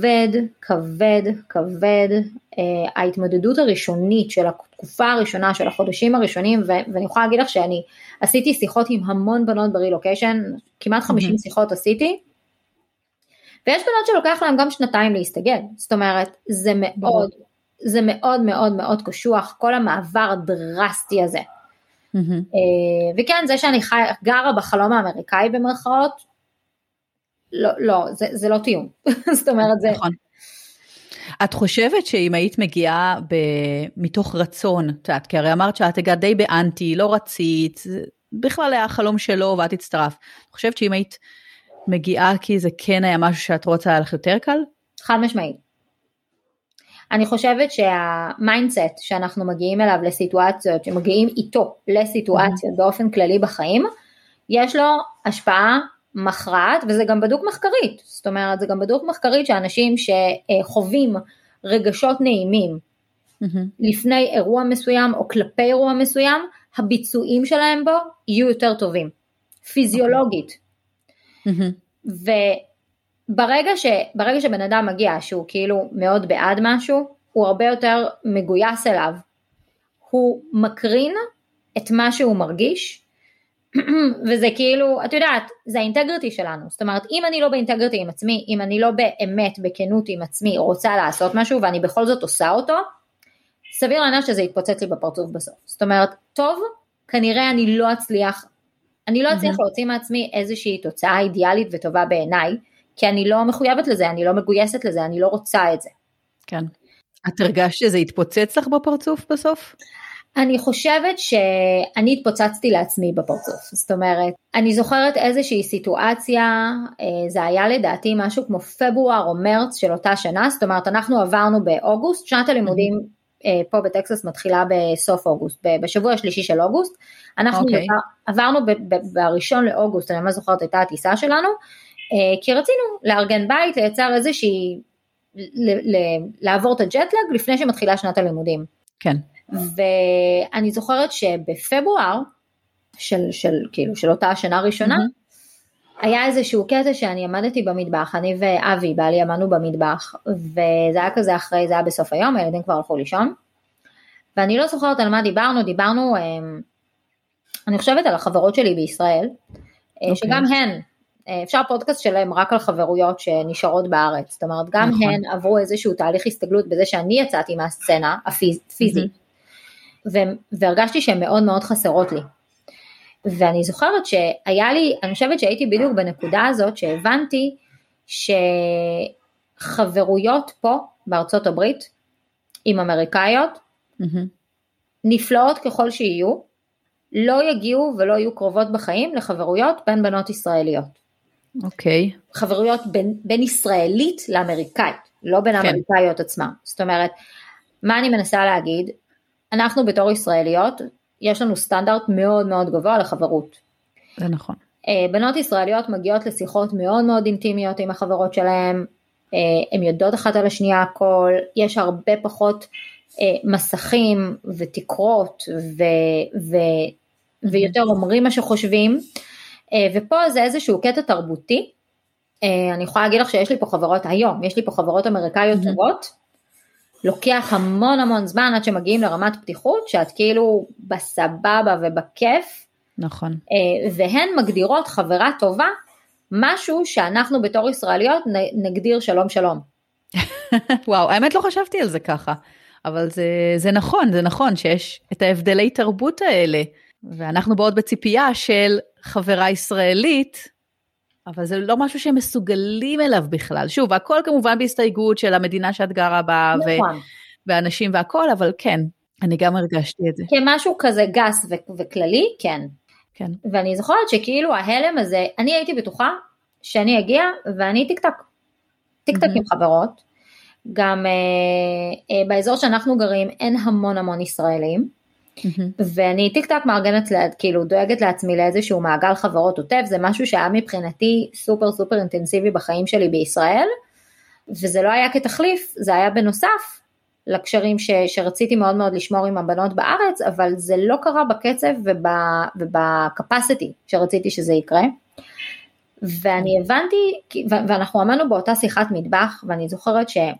כבד, ההתמודדות הראשונית, של התקופה הראשונה, של החודשים הראשונים, ואני יכולה להגיד לך שאני עשיתי שיחות עם המון בנות ברילוקיישן, כמעט 50 שיחות עשיתי, ויש בנות שלוקח להם גם 2 להסתגל, זאת אומרת, זה מאוד קשוח, כל המעבר הדרסטי הזה, וכן, זה שאני גרה בחלום האמריקאי במרכאות, לא, זה לא תיאום, זאת אומרת זה. נכון. את חושבת שאם היית מגיעה מתוך רצון, כי הרי אמרת שאת הגעת די באנטי, לא רצית, בכלל היה החלום שלו ואת הצטרף, את חושבת שאם היית מגיעה כי זה כן היה משהו שאת רוצה היה לך יותר קל? חד משמעית. אני חושבת שהמיינדסט שאנחנו מגיעים אליו לסיטואציות, שמגיעים איתו לסיטואציות באופן כללי בחיים, יש לו השפעה מכרעת, וזה גם בדוק מחקרית, זאת אומרת, זה גם בדוק מחקרית שאנשים שחווים רגשות נעימים, לפני אירוע מסוים או כלפי אירוע מסוים, הביצועים שלהם בו יהיו יותר טובים, פיזיולוגית. וברגע שבן אדם מגיע שהוא כאילו מאוד בעד משהו, הוא הרבה יותר מגויס אליו, הוא מקרין את מה שהוא מרגיש, וזה כאילו, את יודעת, זה האינטגריטי שלנו, זאת אומרת, אם אני לא באינטגריטי עם עצמי, אם אני לא באמת בכנות עם עצמי, רוצה לעשות משהו, ואני בכל זאת עושה אותו, סביר להניח שזה יתפוצץ לי בפרצוף בסוף, זאת אומרת, טוב, כנראה אני לא אצליח להוציא מעצמי איזושהי תוצאה אידיאלית וטובה בעיניי, כי אני לא מחויבת לזה, אני לא מגויסת לזה, אני לא רוצה את זה. כן. את הרגשת שזה יתפוצץ לך בפרצוף בסוף? אני חושבת שאני התפוצצתי לעצמי בפרצוף, זאת אומרת, אני זוכרת איזושהי סיטואציה, זה היה לדעתי משהו כמו פברואר או מרץ של אותה שנה, זאת אומרת, אנחנו עברנו באוגוסט, שנת הלימודים פה בטקסס מתחילה בסוף אוגוסט, בשבוע השלישי של אוגוסט, אנחנו עברנו בראשון לאוגוסט, אני ממש זוכרת הייתה הטיסה שלנו, כי רצינו לארגן בית, לייצר איזושהי, לעבור את הג'טלג לפני שמתחילה שנת הלימודים. כן. ואני זוכרת שבפברואר של אותה השנה הראשונה, היה איזשהו קטע שאני עמדתי במטבח, אני ואבי, בעלי עמדנו במטבח, וזה היה כזה אחרי, זה היה בסוף היום, הילדים כבר הלכו לישון, ואני לא זוכרת על מה דיברנו, אני חושבת על החברות שלי בישראל, שגם הן, אפשר פודקאסט שלהם רק על חברויות שנשארות בארץ, זאת אומרת, גם הן עברו איזשהו תהליך הסתגלות בזה שאני יצאתי מהסצנה הפיזית, והרגשתי שהן מאוד מאוד חסרות לי. ואני זוכרת שהיה לי, אני חושבת שהייתי בדיוק בנקודה הזאת, שהבנתי שחברויות פה בארצות הברית, עם אמריקאיות, נפלאות ככל שיהיו, לא יגיעו ולא יהיו קרובות בחיים לחברויות בין בנות ישראליות. אוקיי. חברויות בין ישראלית לאמריקאית, לא בין האמריקאיות עצמם. זאת אומרת, מה אני מנסה להגיד? אנחנו בתור ישראליות, יש לנו סטנדרט מאוד מאוד גבוה לחברות. זה נכון. בנות ישראליות מגיעות לשיחות מאוד מאוד אינטימיות עם החברות שלהן, הן יודעות אחת על השנייה הכל, יש הרבה פחות מסכים ותקרות ויותר אומרים מה שחושבים, ופה זה איזשהו קטע תרבותי, אני יכולה להגיד לך שיש לי פה חברות היום, יש לי פה חברות אמריקאיות טובות, לוקח המון המון זמן עד שמגיעים לרמת פתיחות, שאת כאילו בסבבה ובכיף, נכון. והן מגדירות חברה טובה, משהו שאנחנו בתור ישראליות נגדיר שלום שלום. וואו, האמת לא חשבתי על זה ככה, אבל זה נכון שיש את ההבדלי תרבות האלה, ואנחנו באות בציפייה של חברה ישראלית, אבל זה לא משהו שהם מסוגלים אליו בכלל. שוב, הכל כמובן בהסתייגות של המדינה שאת גרה בה, ואנשים והכל, אבל כן, אני גם הרגשתי את זה. כמשהו כזה גס וכללי, כן. כן. ואני זוכרת שכאילו ההלם הזה, אני הייתי בטוחה שאני אגיע, ואני טיקטק עם חברות, גם באזור שאנחנו גרים, אין המון המון ישראלים, ואני טיקטק מארגנת, כאילו דואגת לעצמי לאיזשהו מעגל חברות עוטף, זה משהו שהיה מבחינתי סופר סופר אינטנסיבי בחיים שלי בישראל, וזה לא היה כתחליף, זה היה בנוסף לקשרים שרציתי מאוד מאוד לשמור עם הבנות בארץ, אבל זה לא קרה בקצב ובקפסיטי שרציתי שזה יקרה, ואני הבנתי, ואנחנו עמדנו באותה שיחת מטבח, ואני זוכרת שאני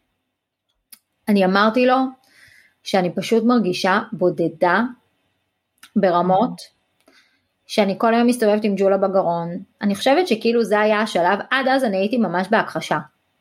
אמרתי לו, שאני פשוט מרגישה בודדה ברמות, שאני כל היום מסתובבת עם ג'ולה בגרון, אני חושבת שכאילו זה היה השלב, עד אז אני הייתי ממש בהכחשה,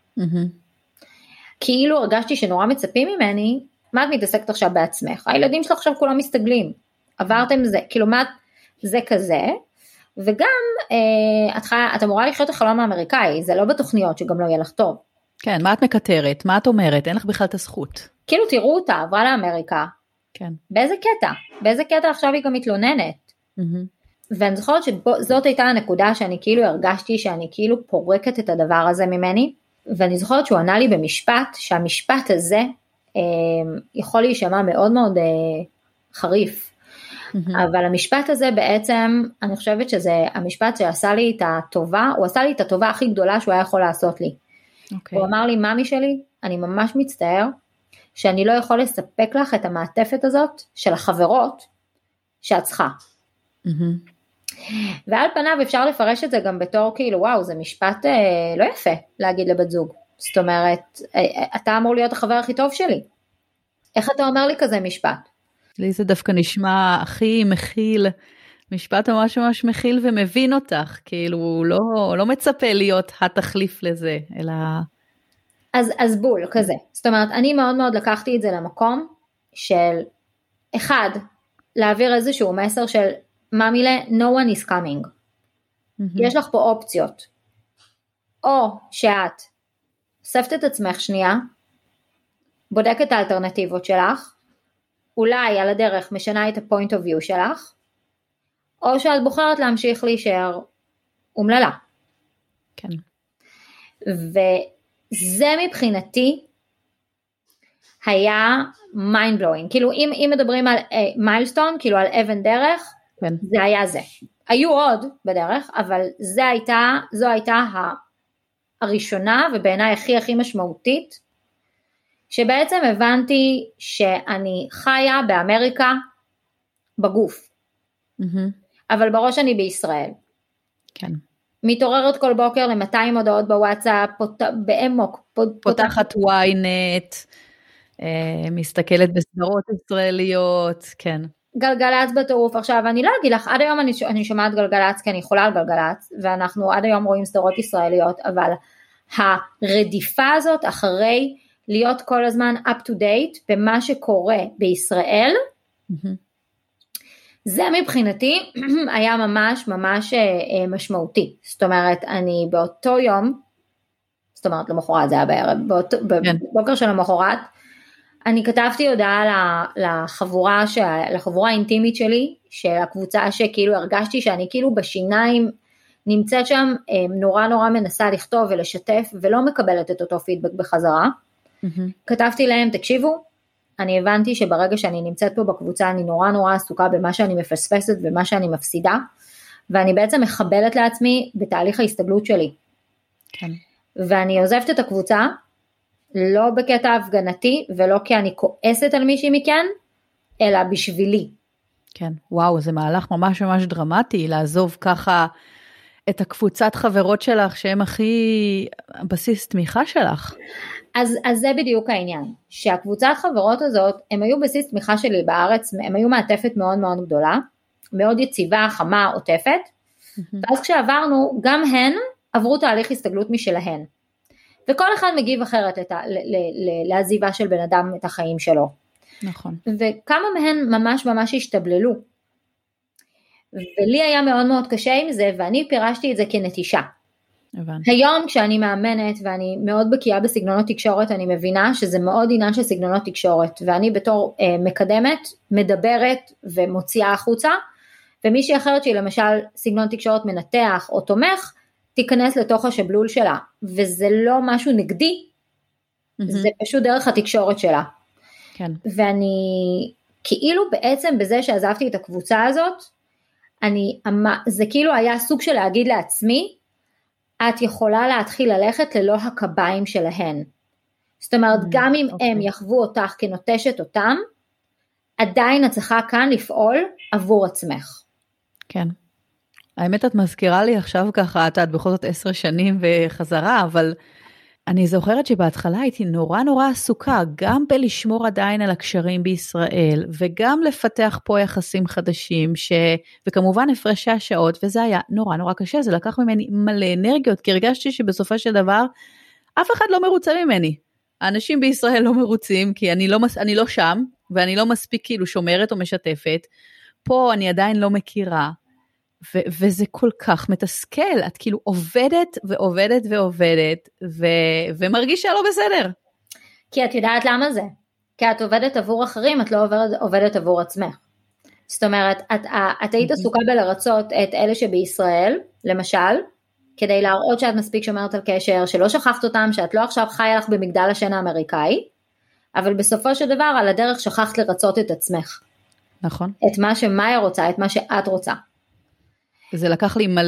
כאילו הרגשתי שנורא מצפים ממני, מה את מתעסקת עכשיו בעצמך, הילדים שלך עכשיו כולם מסתגלים, עברתם זה, כאילו מה זה כזה, וגם את אמורה לחיות החלום האמריקאי, זה לא בתוכניות שגם לא יהיה לך טוב. כן, מה את מקטרת, מה את אומרת, אין לך בכלל את הזכות. כאילו תראו אותה, עברה לאמריקה, כן. באיזה קטע עכשיו היא גם מתלוננת, ואני זוכרת שזאת הייתה הנקודה שאני כאילו הרגשתי שאני כאילו פורקת את הדבר הזה ממני, ואני זוכרת שהוא ענה לי במשפט, שהמשפט הזה יכול להישמע מאוד מאוד חריף, אבל המשפט הזה בעצם, אני חושבת שזה המשפט שעשה לי את הטובה, הוא עשה לי את הטובה הכי גדולה שהוא היה יכול לעשות לי. הוא אמר לי, ממי שלי, אני ממש מצטער, שאני לא יכול לספק לך את המעטפת הזאת, של החברות, שאת צריכה. ועל פניו אפשר לפרש את זה גם בתור כאילו, וואו, זה משפט לא יפה להגיד לבת זוג. זאת אומרת, אתה אמור להיות החבר הכי טוב שלי. איך אתה אומר לי כזה משפט? לי זה דווקא נשמע הכי מכיל, משפט ממש ממש מכיל ומבין אותך, כאילו לא מצפה להיות התחליף לזה, אלא... אז בול, כזה. זאת אומרת, אני מאוד מאוד לקחתי את זה למקום של, אחד, להעביר איזשהו מסר של, מאמילה, no one is coming. יש לך פה אופציות. או שאת אוספת את עצמך שנייה, בודקת את האלטרנטיבות שלך, אולי על הדרך משנה את ה-point of view שלך, או שאת בוחרת להמשיך להישאר אומללה. כן. וזה מבחינתי היה mind blowing. כאילו אם מדברים על מיילסטון, כאילו על אבן דרך, כן. זה היה זה. היו עוד בדרך, אבל זו הייתה הראשונה, ובעיניי הכי משמעותית, שבעצם הבנתי שאני חיה באמריקה בגוף. אבל בראש אני בישראל. כן. מתעוררת כל בוקר ל-200 הודעות בוואטסאפ, באמוק. פותחת וויינט, מסתכלת בסדרות ישראליות, כן. גלגלץ בטירוף. עכשיו, אני לא אגיד לך, עד היום אני שומעת גלגלץ, כי אני יכולה על גלגלץ, ואנחנו עד היום רואים סדרות ישראליות, אבל הרדיפה הזאת אחרי להיות כל הזמן up to date במה שקורה בישראל, זה מבחינתי היה ממש משמעותי. זאת אומרת, אני באותו יום, זאת אומרת למחרת, זה היה בערב, בבוקר של המחרת, אני כתבתי הודעה לחבורה האינטימית שלי, של הקבוצה שכאילו הרגשתי שאני כאילו בשיניים נמצאת שם, נורא מנסה לכתוב ולשתף, ולא מקבלת את אותו פידבק בחזרה. כתבתי להם, תקשיבו, אני הבנתי שברגע שאני נמצאת פה בקבוצה, אני נורא עסוקה במה שאני מפספסת ומה שאני מפסידה, ואני בעצם מחבלת לעצמי בתהליך ההסתגלות שלי. כן. ואני עוזבת את הקבוצה, לא בקטע הפגנתי, ולא כי אני כועסת על מישהי מכן, אלא בשבילי. כן, וואו, זה מהלך ממש דרמטי, לעזוב ככה את הקבוצת חברות שלך, שהם הכי בסיס תמיכה שלך. אז זה בדיוק העניין, שהקבוצת חברות הזאת, הם היו בסיס תמיכה שלי בארץ, הם היו מעטפת מאוד גדולה, מאוד יציבה, חמה, עוטפת, ואז כשעברנו, גם הן עברו תהליך הסתגלות משלהן, וכל אחד מגיב אחרת לעזיבה של בן אדם את החיים שלו. נכון. וכמה מהן ממש השתבללו, ולי היה מאוד קשה עם זה, ואני פירשתי את זה כנטישה. היום כשאני מאמנת ואני מאוד בקיאה בסגנונות תקשורת, אני מבינה שזה מאוד עניין של סגנונות תקשורת, ואני בתור מקדמת, מדברת ומוציאה החוצה, ומישהי אחרת שהיא למשל סגנון תקשורת מנתח או תומך, תיכנס לתוך השבלול שלה, וזה לא משהו נגדי, זה פשוט דרך התקשורת שלה. כן. ואני כאילו בעצם בזה שעזבתי את הקבוצה הזאת, זה כאילו היה סוג של להגיד לעצמי, את יכולה להתחיל ללכת ללא הקביים שלהן. זאת אומרת, גם אם הם יחוו אותך כנוטשת אותם, עדיין את צריכה כאן לפעול עבור עצמך. כן. האמת את מזכירה לי עכשיו ככה, את בכל זאת 10 שנים וחזרה, אבל אני זוכרת שבהתחלה הייתי נורא עסוקה, גם בלשמור עדיין על הקשרים בישראל, וגם לפתח פה יחסים חדשים, וכמובן הפרשי השעות, וזה היה נורא קשה, זה לקח ממני מלא אנרגיות, כי הרגשתי שבסופו של דבר, אף אחד לא מרוצה ממני. האנשים בישראל לא מרוצים, כי אני לא שם, ואני לא מספיק כאילו שומרת או משתפת, פה אני עדיין לא מכירה, וזה כל כך מתסכל, את כאילו עובדת ומרגישה לא בסדר. כי את יודעת למה זה? כי את עובדת עבור אחרים, את לא עובדת עבור עצמך. זאת אומרת, את היית עסוקה בלרצות את אלה שבישראל, למשל, כדי להראות שאת מספיק שומרת על קשר, שלא שכחת אותם, שאת לא עכשיו חיה לך במגדל השן האמריקאי, אבל בסופו של דבר על הדרך שכחת לרצות את עצמך. נכון. את מה שמאיה רוצה, את מה שאת רוצה. וזה לקח לי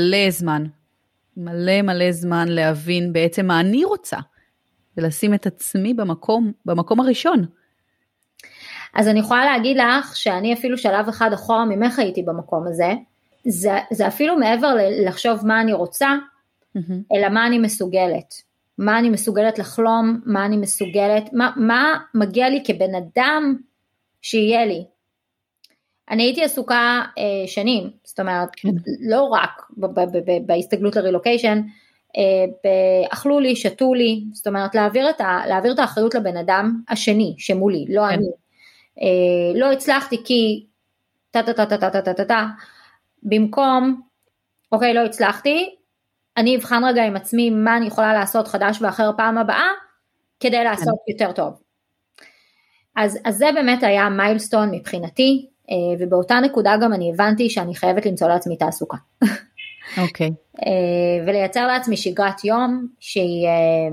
מלא זמן להבין בעצם מה אני רוצה, ולשים את עצמי במקום הראשון. אז אני יכולה להגיד לך שאני אפילו שלב אחד אחורה ממך הייתי במקום הזה, זה אפילו מעבר לחשוב מה אני רוצה, אלא מה אני מסוגלת. מה אני מסוגלת לחלום, מה אני מסוגלת, מה מגיע לי כבן אדם שיהיה לי. אני הייתי עסוקה שנים, זאת אומרת, לא רק בהסתגלות לרילוקיישן, אכלו לי, שתו לי, זאת אומרת, להעביר את האחריות לבן אדם השני, שמולי, לא אני. לא הצלחתי כי, במקום, אוקיי, לא הצלחתי, אני אבחן רגע עם עצמי מה אני יכולה לעשות חדש ואחר פעם הבאה, כדי לעשות יותר טוב. אז זה באמת היה מיילסטון מבחינתי, ובאותה נקודה גם אני הבנתי שאני חייבת למצוא לעצמי תעסוקה. אוקיי. ולייצר לעצמי שגרת יום שהיא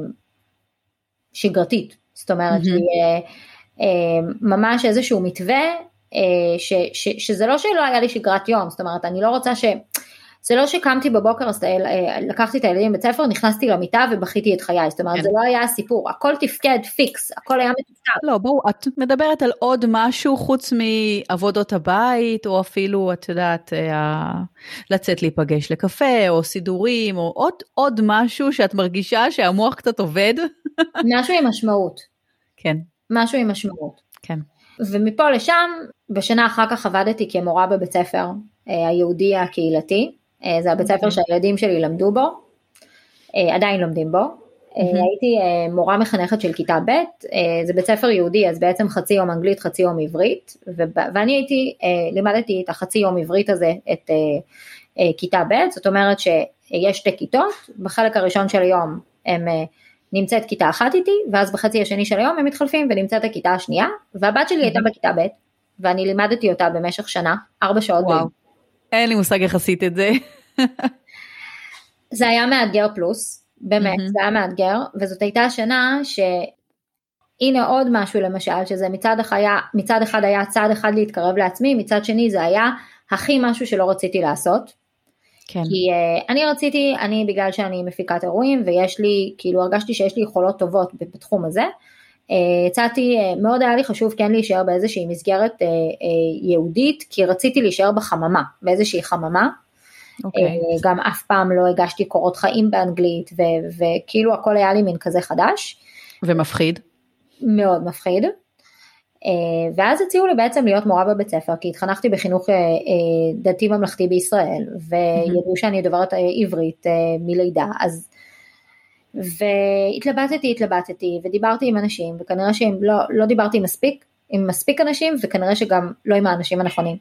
שגרתית, זאת אומרת שהיא ממש איזשהו מתווה, שזה לא שלא היה לי שגרת יום, זאת אומרת אני לא רוצה זה לא שקמתי בבוקר, לקחתי את הילדים בבית ספר, נכנסתי למיטה ובכיתי את חיי, זאת אומרת, זה לא היה הסיפור, הכל תפקד פיקס, הכל היה מתפקד. לא, בואו, את מדברת על עוד משהו חוץ מעבודות הבית, או אפילו, את יודעת, לצאת להיפגש לקפה, או סידורים, או עוד משהו שאת מרגישה שהמוח קצת עובד. משהו עם משמעות. כן. משהו עם משמעות. כן. ומפה לשם, בשנה אחר כך עבדתי כמורה בבית ספר, היהודי הקהילתי, זה הבית ספר שהילדים שלי למדו בו, עדיין לומדים בו, הייתי מורה מחנכת של כיתה ב', זה בית ספר יהודי, אז בעצם חצי יום אנגלית, חצי יום עברית, ואני לימדתי את החצי יום עברית הזה, את כיתה ב', זאת אומרת שיש שתי כיתות, בחלק הראשון של היום הם נמצאת כיתה אחת איתי, ואז בחצי השני של היום הם מתחלפים ונמצאת הכיתה השנייה, והבת שלי הייתה בכיתה ב', ואני לימדתי אותה במשך שנה, 4 שעות ביום. אין לי מושג איך עשית את זה. זה היה מאתגר פלוס, באמת, זה היה מאתגר, וזאת הייתה שנה שהנה עוד משהו למשל, שזה מצד אחד היה צעד אחד להתקרב לעצמי, מצד שני זה היה הכי משהו שלא רציתי לעשות, כן. כי אני בגלל שאני מפיקת אירועים, ויש לי, כאילו הרגשתי שיש לי יכולות טובות בתחום הזה, הצעתי, מאוד היה לי חשוב כן להישאר באיזושהי מסגרת יהודית, כי רציתי להישאר בחממה, באיזושהי חממה, גם אף פעם לא הגשתי קורות חיים באנגלית, וכאילו הכל היה לי מין כזה חדש. ומפחיד? מאוד מפחיד, ואז הציעו לי בעצם להיות מורה בבית ספר, כי התחנכתי בחינוך דתי ממלכתי בישראל, וידעו שאני דוברת עברית מלידה, אז והתלבטתי, ודיברתי עם אנשים, וכנראה שהם לא דיברתי עם מספיק אנשים, וכנראה שגם לא עם האנשים הנכונים.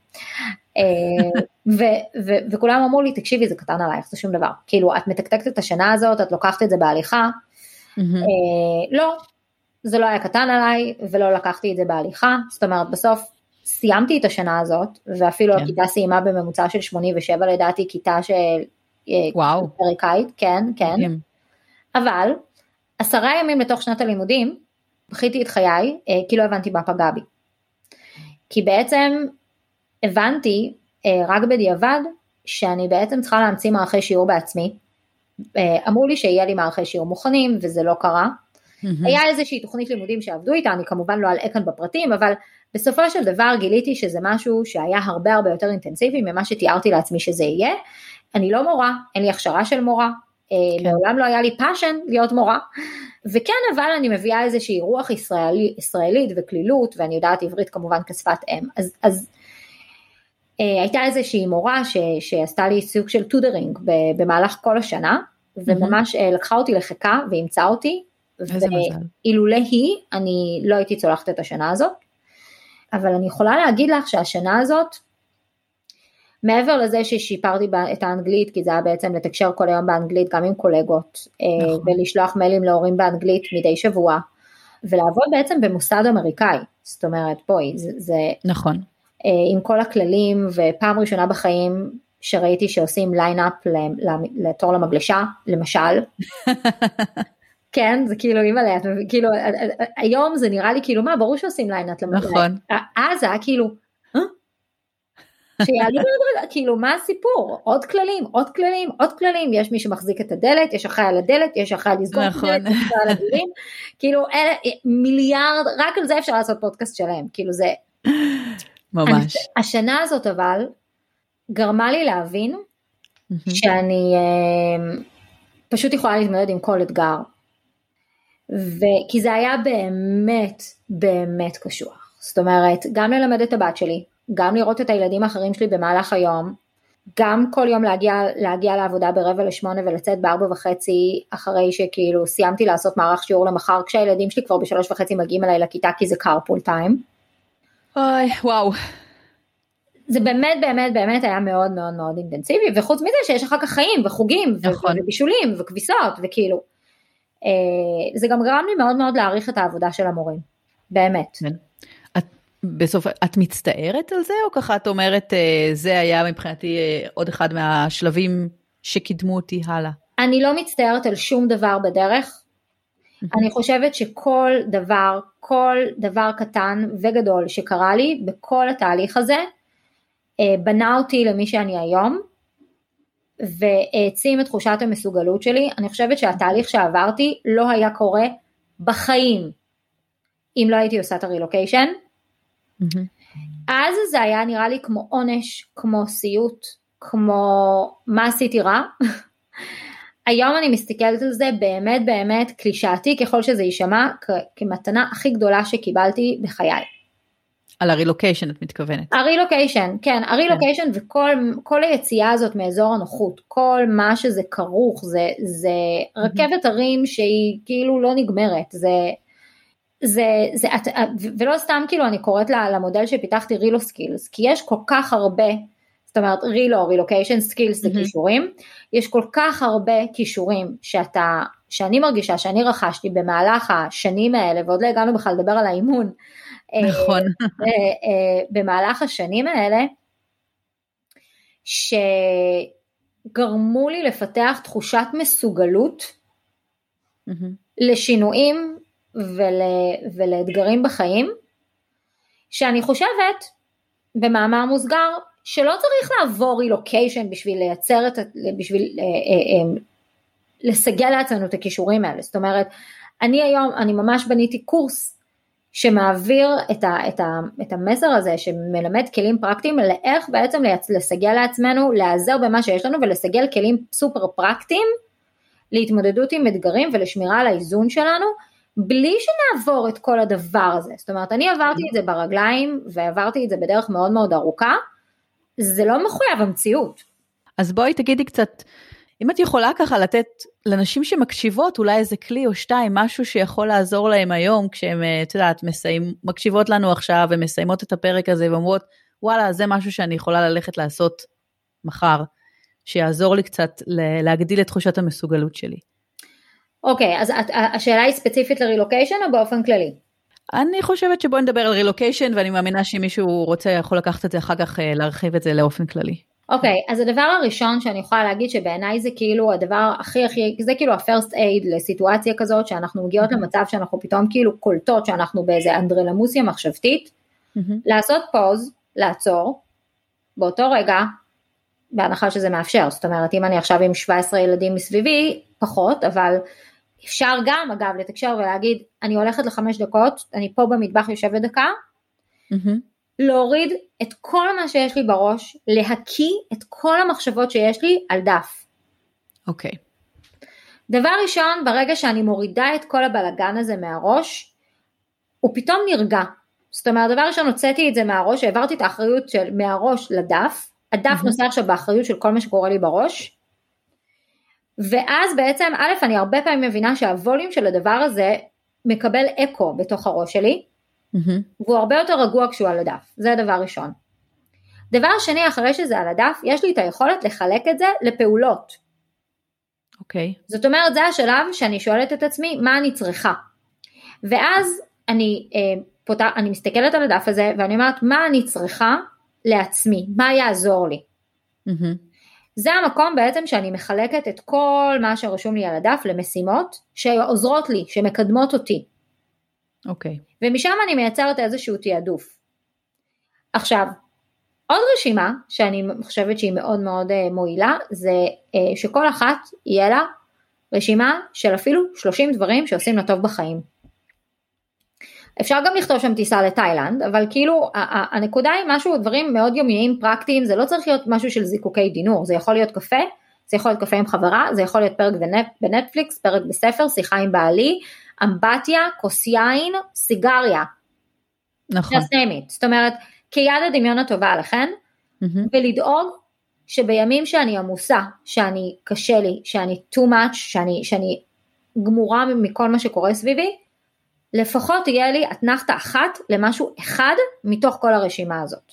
וכולם אמרו לי, תקשיבי, זה קטן עלייך, זה שום דבר. כאילו, את מתקתקת את השנה הזאת, את לוקחת את זה בהליכה. לא, זה לא היה קטן עליי, ולא לקחתי את זה בהליכה. זאת אומרת, בסוף סיימתי את השנה הזאת, ואפילו הכיתה סיימה בממוצע של 87, לדעתי, כיתה של אמריקאית, כן. אבל 10 ימים לתוך שנת הלימודים, בכיתי את חיי, כי לא הבנתי מה פגע בי. כי בעצם הבנתי רק בדיעבד, שאני בעצם צריכה להמציא מערכי שיעור בעצמי. אמרו לי שיהיה לי מערכי שיעור מוכנים, וזה לא קרה. היה איזושהי תוכנית לימודים שעבדו איתה, אני כמובן לא אלאה כאן בפרטים, אבל בסופו של דבר גיליתי שזה משהו שהיה הרבה הרבה יותר אינטנסיבי, ממה שתיארתי לעצמי שזה יהיה. אני לא מורה, אין לי הכשרה של מורה, מעולם לא היה לי פאשן להיות מורה, וכן אבל אני מביאה איזושהי רוח ישראלית וכלילות, ואני יודעת עברית כמובן כשפת אם, אז הייתה איזושהי מורה שעשתה לי סוג של טודרינג במהלך כל השנה, וממש לקחה אותי לחיקה והמצאה אותי, ואילולא היא אני לא הייתי צולחת את השנה הזאת, אבל אני יכולה להגיד לך שהשנה הזאת, מעבר לזה ששיפרתי את האנגלית, כי זה היה בעצם לתקשר כל היום באנגלית, גם עם קולגות, ולשלוח מיילים להורים באנגלית מדי שבוע, ולעבוד בעצם במוסד אמריקאי, זאת אומרת, בואי, זה נכון. עם כל הכללים, ופעם ראשונה בחיים שראיתי שעושים ליינאפ לתור למגלשה, למשל, כן, זה כאילו, כאילו, היום זה נראה לי כאילו, מה, ברור שעושים ליינאפ למגלשה, נכון. אז זה היה כאילו, שיעלו כאילו מה הסיפור, עוד כללים, יש מי שמחזיק את הדלת, יש אחראי על הדלת, יש אחראי לסגור את הדלת, יש אחראי על הדברים, כאילו מיליארד, רק על זה אפשר לעשות פודקאסט שלהם, כאילו זה, ממש. השנה הזאת אבל, גרמה לי להבין שאני פשוט יכולה להתמודד עם כל אתגר, כי זה היה באמת באמת קשוח, זאת אומרת גם ללמד את הבת שלי, גם לראות את הילדים האחרים שלי במהלך היום, גם כל יום להגיע לעבודה 7:45 ולצאת 4:30 אחרי שכאילו סיימתי לעשות מערך שיעור למחר, כשהילדים שלי כבר ב3:30 מגיעים אליי לכיתה כי זה carpool time. אוי, וואו. זה באמת באמת באמת היה מאוד מאוד מאוד אינטנסיבי, וחוץ מזה שיש אחר כך חיים וחוגים נכון. ובישולים וכביסות וכאילו, זה גם גרם לי מאוד מאוד להעריך את העבודה של המורים, באמת. בסוף, את מצטערת על זה, או ככה את אומרת, זה היה מבחינתי עוד אחד מהשלבים שקידמו אותי הלאה? אני לא מצטערת על שום דבר בדרך, אני חושבת שכל דבר קטן וגדול שקרה לי, בכל התהליך הזה, בנה אותי למי שאני היום, והעצים את תחושת המסוגלות שלי. אני חושבת שהתהליך שעברתי לא היה קורה בחיים, אם לא הייתי עושה את הרילוקיישן, אז זה היה נראה לי כמו עונש, כמו סיוט, כמו מה עשיתי רע. היום אני מסתכלת על זה באמת באמת קלישאתי, ככל שזה יישמע, כמתנה הכי גדולה שקיבלתי בחיי. על הרילוקיישן את מתכוונת? הרילוקיישן, כן, הרילוקיישן וכל היציאה הזאת מאזור הנוחות, כל מה שזה כרוך, זה רכבת הרים שהיא כאילו לא נגמרת, ולא סתם כאילו אני קוראת למודל שפיתחתי רילו סקילס, כי יש כל כך הרבה, זאת אומרת רילוקיישן סקילס זה כישורים, יש כל כך הרבה כישורים שאני מרגישה שאני רכשתי במהלך השנים האלה, ועוד לא הגענו בכלל לדבר על האימון, נכון. במהלך השנים האלה, שגרמו לי לפתח תחושת מסוגלות לשינויים ולאתגרים בחיים, שאני חושבת במאמר מוסגר שלא צריך לעבור רילוקיישן בשביל לייצר בשביל לסגל לעצמנו את הכישורים האלה. זאת אומרת, אני ממש בניתי קורס שמעביר את המסר הזה, שמלמד כלים פרקטיים לאיך בעצם לסגל לעצמנו, לעזר במה שיש לנו ולסגל כלים סופר פרקטיים להתמודדות עם אתגרים ולשמירה על האיזון שלנו, בלי שנעבור את כל הדבר הזה. זאת אומרת, אני עברתי את זה ברגליים, ועברתי את זה בדרך מאוד מאוד ארוכה, זה לא מחויב המציאות. אז בואי תגידי קצת, אם את יכולה ככה לתת לנשים שמקשיבות, אולי איזה כלי או שתיים, משהו שיכול לעזור להם היום, כשהן, את יודעת, מקשיבות לנו עכשיו, ומסיימות את הפרק הזה, ואומרות, וואלה, זה משהו שאני יכולה ללכת לעשות מחר, שיעזור לי קצת להגדיל את תחושת המסוגלות שלי. אוקיי, אז השאלה היא ספציפית לרילוקיישן או באופן כללי? אני חושבת שבואי נדבר על רילוקיישן, ואני מאמינה שאם מישהו רוצה יכול לקחת את זה אחר כך להרחיב את זה לאופן כללי. אוקיי, אז הדבר הראשון שאני יכולה להגיד שבעיניי זה כאילו הדבר הכי, זה כאילו ה-first aid לסיטואציה כזאת, שאנחנו מגיעות למצב שאנחנו פתאום כאילו קולטות שאנחנו באיזה אנדרלמוסיה מחשבתית, לעשות פוז, לעצור, באותו רגע, בהנחה שזה מאפשר, זאת אומרת אם אני עכשיו עם 17 ילדים מסביבי, פחות, אבל אפשר גם אגב לתקשר ולהגיד, אני הולכת ל5 דקות, אני פה במטבח יושבת דקה, להוריד את כל מה שיש לי בראש, להקיא את כל המחשבות שיש לי על דף. אוקיי. דבר ראשון, ברגע שאני מורידה את כל הבלגן הזה מהראש, הוא פתאום נרגע. זאת אומרת, דבר ראשון, הוצאתי את זה מהראש, העברתי את האחריות מהראש לדף, הדף נושא עכשיו באחריות של כל מה שקורה לי בראש, ואז בעצם, א', אני הרבה פעמים מבינה שהווליום של הדבר הזה, מקבל אקו בתוך הראש שלי, והוא הרבה יותר רגוע כשהוא על הדף, זה הדבר ראשון. דבר שני, אחרי שזה על הדף, יש לי את היכולת לחלק את זה לפעולות. אוקיי. זאת אומרת, זה השלב שאני שואלת את עצמי, מה אני צריכה? ואז אני מסתכלת על הדף הזה, ואני אומרת, מה אני צריכה לעצמי? מה יעזור לי? זה המקום בעצם שאני מחלקת את כל מה שרשום לי על הדף למשימות, שעוזרות לי, שמקדמות אותי. אוקיי. ומשם אני מייצרת איזשהו תיעדוף. עכשיו, עוד רשימה שאני חושבת שהיא מאוד מאוד מועילה, זה שכל אחת יהיה לה רשימה של אפילו 30 דברים שעושים לה טוב בחיים. אפשר גם לכתוב שם טיסה לתאילנד, אבל כאילו הנקודה היא משהו, דברים מאוד יומיים, פרקטיים, זה לא צריך להיות משהו של זיקוקי דינור, זה יכול להיות קפה, זה יכול להיות קפה עם חברה, זה יכול להיות פרק בנטפליקס, פרק בספר, שיחה עם בעלי, אמבטיה, כוס יין, סיגריה. נכון. זאת אומרת, כיד הדמיון הטובה עליכן, ולדאוג שבימים שאני עמוסה, שאני קשה לי, שאני too much, שאני גמורה מכל מה שקורה סביבי, לפחות תהיה לי אתנחתה אחת למשהו אחד מתוך כל הרשימה הזאת.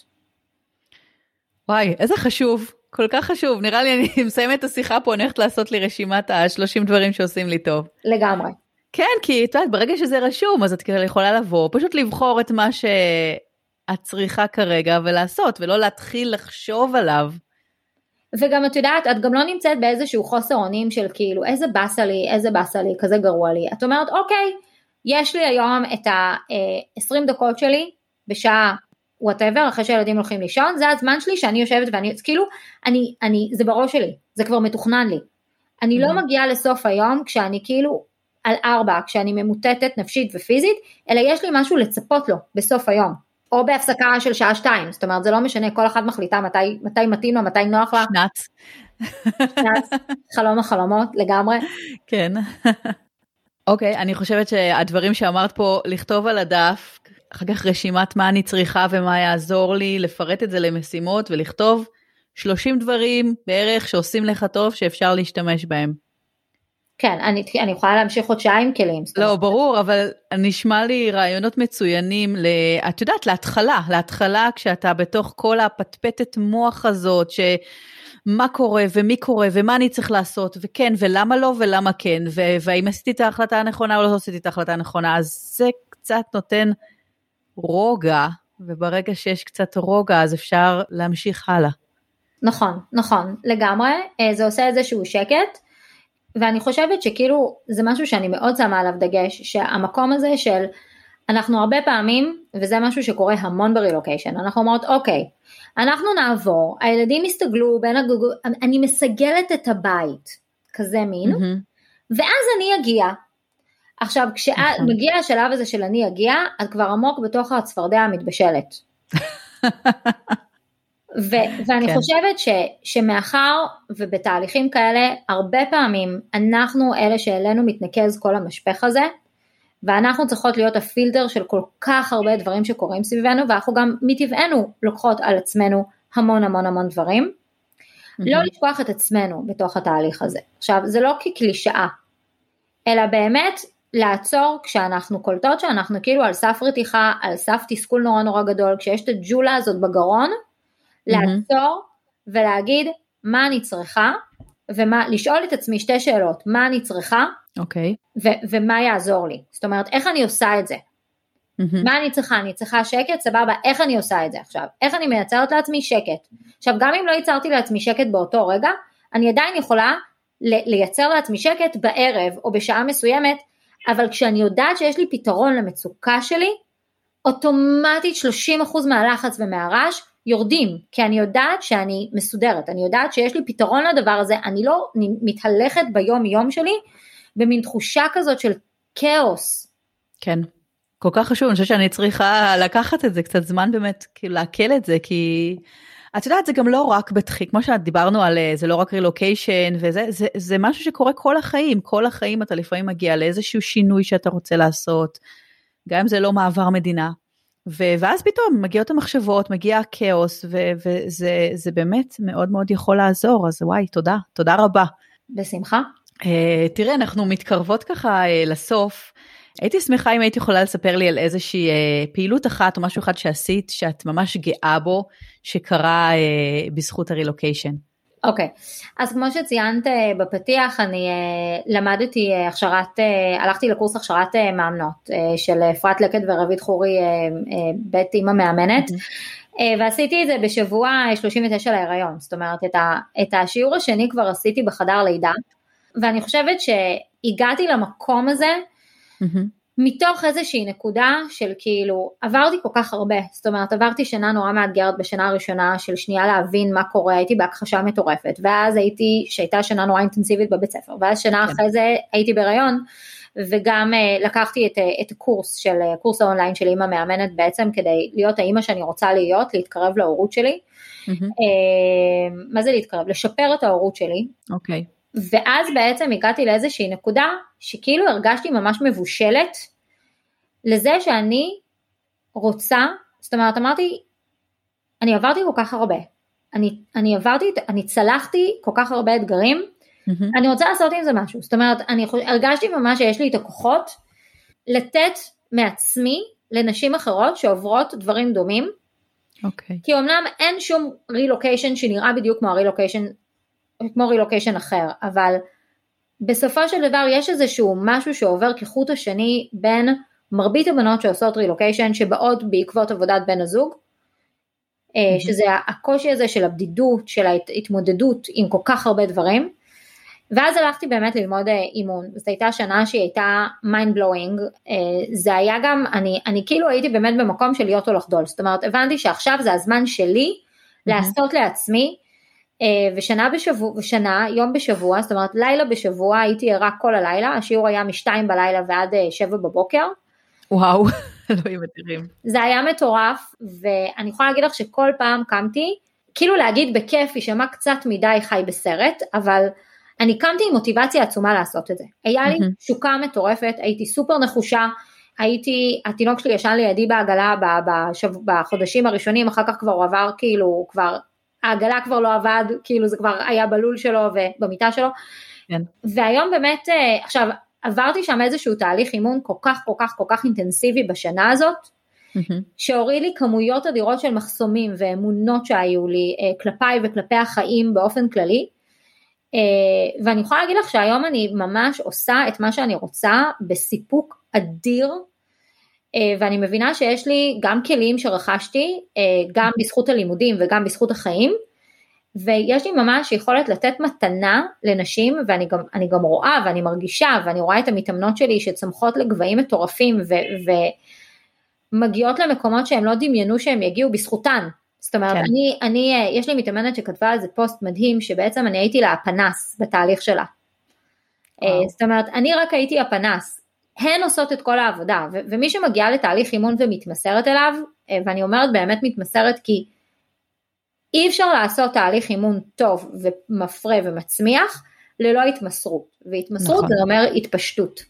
וואי, איזה חשוב, כל כך חשוב. נראה לי אני מסיימת את השיחה פה, אני הולכת לעשות לי רשימת ה-30 דברים שעושים לי טוב. לגמרי. כן, כי את יודעת, ברגע שזה רשום, אז את יכולה לבוא, פשוט לבחור את מה שאת צריכה כרגע ולעשות, ולא להתחיל לחשוב עליו. וגם את יודעת, את גם לא נמצאת באיזשהו חוסר אונים של כאילו, איזה באסה לי, כזה גרוע לי. את אומרת, אוקיי, יש לי היום את ה-20 דקות שלי, בשעה whatever, אחרי שהילדים הולכים לישון, זה הזמן שלי שאני יושבת ואני, כאילו, זה בראש שלי, זה כבר מתוכנן לי. אני לא מגיעה לסוף היום, כשאני כאילו על 4, כשאני ממוטטת נפשית ופיזית, אלא יש לי משהו לצפות לו בסוף היום. או בהפסקה של שעה 2, זאת אומרת, זה לא משנה, כל אחד מחליטה מתי מתאים לו, מתי נוח לה. שנץ, חלום החלומות, לגמרי. כן. אוקיי, אני חושבת שהדברים שאמרת פה, לכתוב על הדף, אחר כך רשימת מה אני צריכה ומה יעזור לי, לפרט את זה למשימות, ולכתוב 30 דברים בערך שעושים לך טוב, שאפשר להשתמש בהם. כן, אני יכולה להמשיך חודשיים כלים. לא, ברור, אבל נשמע לי רעיונות מצוינים, את יודעת, להתחלה, כשאתה בתוך כל הפטפטת מוח הזאת, שמה קורה ומי קורה ומה אני צריך לעשות, וכן, ולמה לא ולמה כן, והאם עשיתי את ההחלטה הנכונה או לא עשיתי את ההחלטה הנכונה, אז זה קצת נותן רוגע, וברגע שיש קצת רוגע, אז אפשר להמשיך הלאה. נכון, לגמרי, זה עושה איזשהו שקט, ואני חושבת שכאילו זה משהו שאני מאוד שמה עליו דגש, שהמקום הזה של, אנחנו הרבה פעמים, וזה משהו שקורה המון ברילוקיישן, אנחנו אומרות אוקיי, אנחנו נעבור, הילדים יסתגלו בין הגוגות, אני מסגלת את הבית, כזה מין, ואז אני אגיע. עכשיו כשמגיע השלב הזה של אני אגיע, את כבר עמוק בתוך הצפרדע המתבשלת. ואני חושבת שמאחר ובתהליכים כאלה, הרבה פעמים אנחנו אלה שאלינו מתנקז כל המשפך הזה, ואנחנו צריכות להיות הפילטר של כל כך הרבה דברים שקורים סביבנו, ואנחנו גם מטבענו לוקחות על עצמנו המון המון המון דברים, לא לשכוח את עצמנו בתוך התהליך הזה. עכשיו, זה לא כקלישאה, אלא באמת לעצור כשאנחנו קולטות שאנחנו כאילו על סף רתיחה, על סף תסכול נורא נורא גדול, כשיש את הג'ולה הזאת בגרון, לעצור ולהגיד מה אני צריכה, לשאול את עצמי 2 שאלות, מה אני צריכה, ומה יעזור לי, זאת אומרת, איך אני עושה את זה, מה אני צריכה, אני צריכה שקט, סבבה, איך אני עושה את זה עכשיו, איך אני מייצרת לעצמי שקט, עכשיו גם אם לא ייצרתי לעצמי שקט באותו רגע, אני עדיין יכולה לייצר לעצמי שקט בערב, או בשעה מסוימת, אבל כשאני יודעת שיש לי פתרון למצוקה שלי, אוטומטית 30% מהלחץ ומהרעש, יורדים, כי אני יודעת שאני מסודרת, אני יודעת שיש לי פתרון לדבר הזה, אני לא מתהלכת ביום יום שלי, במין תחושה כזאת של כאוס. כן, כל כך חשוב, אני חושבת שאני צריכה לקחת את זה, קצת זמן באמת, כאילו להקל את זה, כי את יודעת, זה גם לא רק בתחילה, כמו שדיברנו על, זה לא רק רילוקיישן, וזה, זה משהו שקורה כל החיים אתה לפעמים מגיע לאיזשהו שינוי שאתה רוצה לעשות, גם אם זה לא מעבר מדינה, ואז פתאום מגיעות המחשבות, מגיע הכאוס, וזה באמת מאוד מאוד יכול לעזור, אז וואי, תודה רבה. בשמחה. תראה, אנחנו מתקרבות ככה לסוף, הייתי שמחה אם היית יכולה לספר לי על איזושהי פעילות אחת, או משהו אחד שעשית, שאת ממש גאה בו, שקרה בזכות הרילוקיישן. אוקיי, אז כמו שציינת בפתיח, אני למדתי הלכתי לקורס הכשרת מאמנות, של אפרת לקט ורבית חורי, בית אמא מאמנת, ועשיתי את זה בשבוע 39 להיריון, זאת אומרת, את השיעור השני כבר עשיתי בחדר לידה, ואני חושבת שהגעתי למקום הזה, מתוך איזושהי נקודה של כאילו, עברתי כל כך הרבה, זאת אומרת, עברתי שנה נורא מאתגרת בשנה הראשונה של שנייה להבין מה קורה, הייתי בהכחשה מטורפת, ואז שהייתה שנה נורא אינטנסיבית בבית ספר, ואז שנה אחרי זה הייתי בהיריון, וגם לקחתי את קורס האונליין של אמא מאמנת בעצם, כדי להיות האמא שאני רוצה להיות, להתקרב להורות שלי. מה זה להתקרב? לשפר את ההורות שלי. אוקיי. ואז בעצם הגעתי לאיזושהי נקודה, שכאילו הרגשתי ממש מבושלת, לזה שאני רוצה, זאת אומרת, אמרתי, אני עברתי כל כך הרבה, אני צלחתי כל כך הרבה אתגרים, אני רוצה לעשות עם זה משהו, זאת אומרת, הרגשתי ממש שיש לי את הכוחות, לתת מעצמי לנשים אחרות שעוברות דברים דומים, כי אומנם אין שום רילוקיישן שנראה בדיוק כמו רילוקיישן אחר, אבל בסופו של דבר יש איזשהו משהו שעובר כחוט השני בין מרבית הבנות שעושות רילוקיישן שבאות בעקבות עבודת בן הזוג, שזה הקושי הזה של הבדידות, של ההתמודדות עם כל כך הרבה דברים, ואז הלכתי באמת ללמוד אימון, זאת הייתה שנה שהיא הייתה mind blowing, זה היה גם, אני כאילו הייתי באמת במקום של להיות או לחדול, זאת אומרת, הבנתי שעכשיו זה הזמן שלי לעשות לעצמי, ושנה, יום בשבוע, זאת אומרת, לילה בשבוע, הייתי ערה כל הלילה, השיעור היה 2 בלילה ועד 7 בבוקר. וואו, אלוהים אדירים. זה היה מטורף, ואני יכולה להגיד לך שכל פעם קמתי, כאילו להגיד בכיף, יישמע קצת מדי חי בסרט, אבל אני קמתי עם מוטיבציה עצומה לעשות את זה. היה לי שוקה מטורפת, הייתי סופר נחושה, התינוק שלי ישן לידי בעגלה בחודשים הראשונים, אחר כך כבר הוא עבר, כאילו, העגלה כבר לא עבד, כאילו זה כבר היה בלול שלו ובמיטה שלו, כן. והיום באמת, עכשיו, עברתי שם איזשהו תהליך אימון כל כך אינטנסיבי בשנה הזאת, שהוריד לי כמויות אדירות של מחסומים ואמונות שהיו לי כלפיי וכלפי החיים באופן כללי, ואני יכולה להגיד לך שהיום אני ממש עושה את מה שאני רוצה בסיפוק אדיר, ואני מבינה שיש לי גם כלים שרכשתי, גם בזכות הלימודים וגם בזכות החיים, ויש לי ממש יכולת לתת מתנה לנשים, ואני גם רואה ואני מרגישה, ואני רואה את המתאמנות שלי שצמחות לגבהים מטורפים, ומגיעות למקומות שהם לא דמיינו שהם יגיעו בזכותן, זאת אומרת, כן. יש לי מתאמנת שכתבה על זה פוסט מדהים, שבעצם אני הייתי לה הפנס בתהליך שלה, זאת אומרת, אני רק הייתי הפנס, הן עושות את כל העבודה, ומי שמגיעה לתהליך אימון ומתמסרת אליו, ואני אומרת באמת מתמסרת, כי אי אפשר לעשות תהליך אימון טוב ומפרה ומצמיח, ללא התמסרות, והתמסרות זה אומר התפשטות,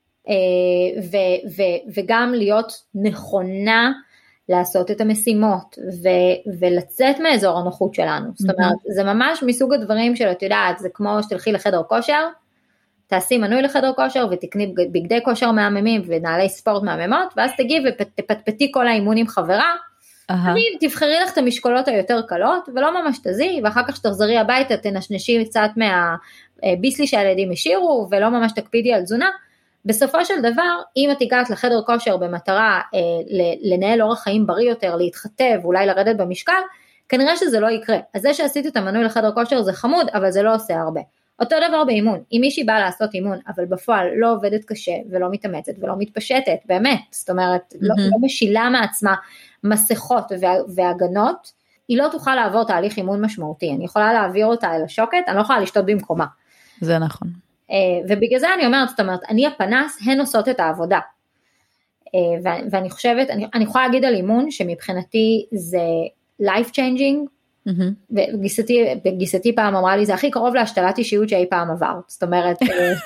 וגם להיות נכונה, לעשות את המשימות, ולצאת מאזור הנוחות שלנו, זאת אומרת, זה ממש מסוג הדברים של, את יודעת, זה כמו שתלכי לחדר כושר, תעשי מנוי לחדר כושר, ותקני בגדי כושר מהממים, ונעלי ספורט מהממות, ואז תגיעי ותפטפטי כל האימון עם חברה, תבחרי לך את המשקולות היותר קלות, ולא ממש תזי, ואחר כך שתחזרי הביתה, תנשנשי קצת מהביסלי שהילדים השאירו, ולא ממש תקפידי על תזונה, בסופו של דבר, אם את הגעת לחדר כושר במטרה לנהל אורח חיים בריא יותר, להתחתב, אולי לרדת במשקל, כנראה שזה לא יקרה. אז זה שעשית את המנוי לחדר כושר זה חמוד, אבל זה לא עושה הרבה. אותו דבר באימון, אם מישהי באה לעשות אימון, אבל בפועל לא עובדת קשה, ולא מתאמצת, ולא מתפשטת, באמת, זאת אומרת, לא משילה מעצמה מסכות והגנות, היא לא תוכל לעבור תהליך אימון משמעותי, אני יכולה להעביר אותה אל השוקת, אני לא יכולה לשתות במקומה. זה נכון. ובגלל זה אני אומרת, זאת אומרת, אני הפנס, הן עושות את העבודה, ואני חושבת, אני יכולה להגיד על אימון, שמבחינתי זה life changing, וגיסתי פעם אמרה לי, זה הכי קרוב להשתלת אישיות שאי פעם עבר, זאת אומרת,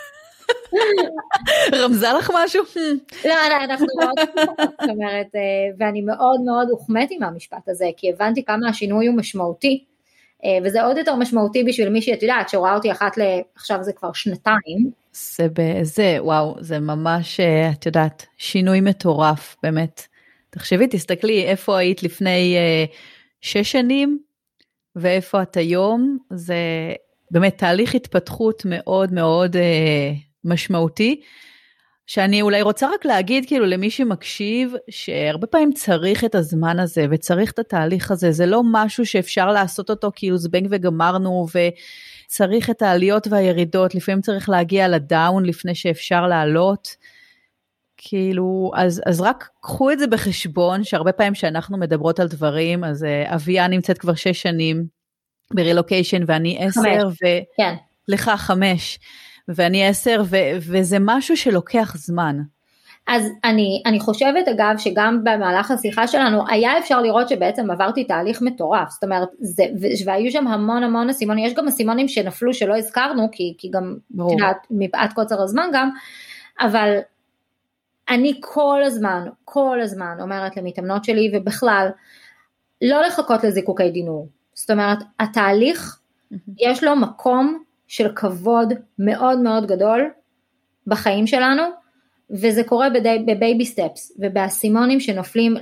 רמזה לך משהו? לא, אנחנו מאוד, זאת אומרת, ואני מאוד מאוד הוחמאתי מהמשפט הזה, כי הבנתי כמה השינוי הוא משמעותי, וזה עוד יותר משמעותי בשביל מי שאת יודעת, שרואה אותי עכשיו זה כבר 2 שנתיים. וואו, זה ממש, את יודעת, שינוי מטורף, באמת. תחשבי, תסתכלי, איפה היית לפני 6 שנים, ואיפה את היום, זה באמת תהליך התפתחות מאוד מאוד משמעותי, שאני אולי רוצה רק להגיד כאילו למי שמקשיב, שהרבה פעמים צריך את הזמן הזה, וצריך את התהליך הזה, זה לא משהו שאפשר לעשות אותו כאילו זבנג וגמרנו, וצריך את העליות והירידות, לפעמים צריך להגיע לדאון לפני שאפשר לעלות, כאילו, אז רק קחו את זה בחשבון, שהרבה פעמים שאנחנו מדברות על דברים, אז אביה נמצאת כבר 6 שנים ברילוקיישן, ואני 10, ולך 5, ואני 10, וזה משהו שלוקח זמן. אז אני חושבת אגב שגם במהלך השיחה שלנו היה אפשר לראות שבעצם עברתי תהליך מטורף, זאת אומרת, והיו שם המון אסימונים, יש גם אסימונים שנפלו שלא הזכרנו, כי גם מפאת קוצר הזמן גם, אבל אני כל הזמן אומרת למתאמנות שלי, ובכלל, לא לחכות לזיקוקי דינור, זאת אומרת, התהליך יש לו מקום של כבוד מאוד מאוד גדול בחיים שלנו, וזה קורה בבייבי סטפס, ובאסימונים שנופלים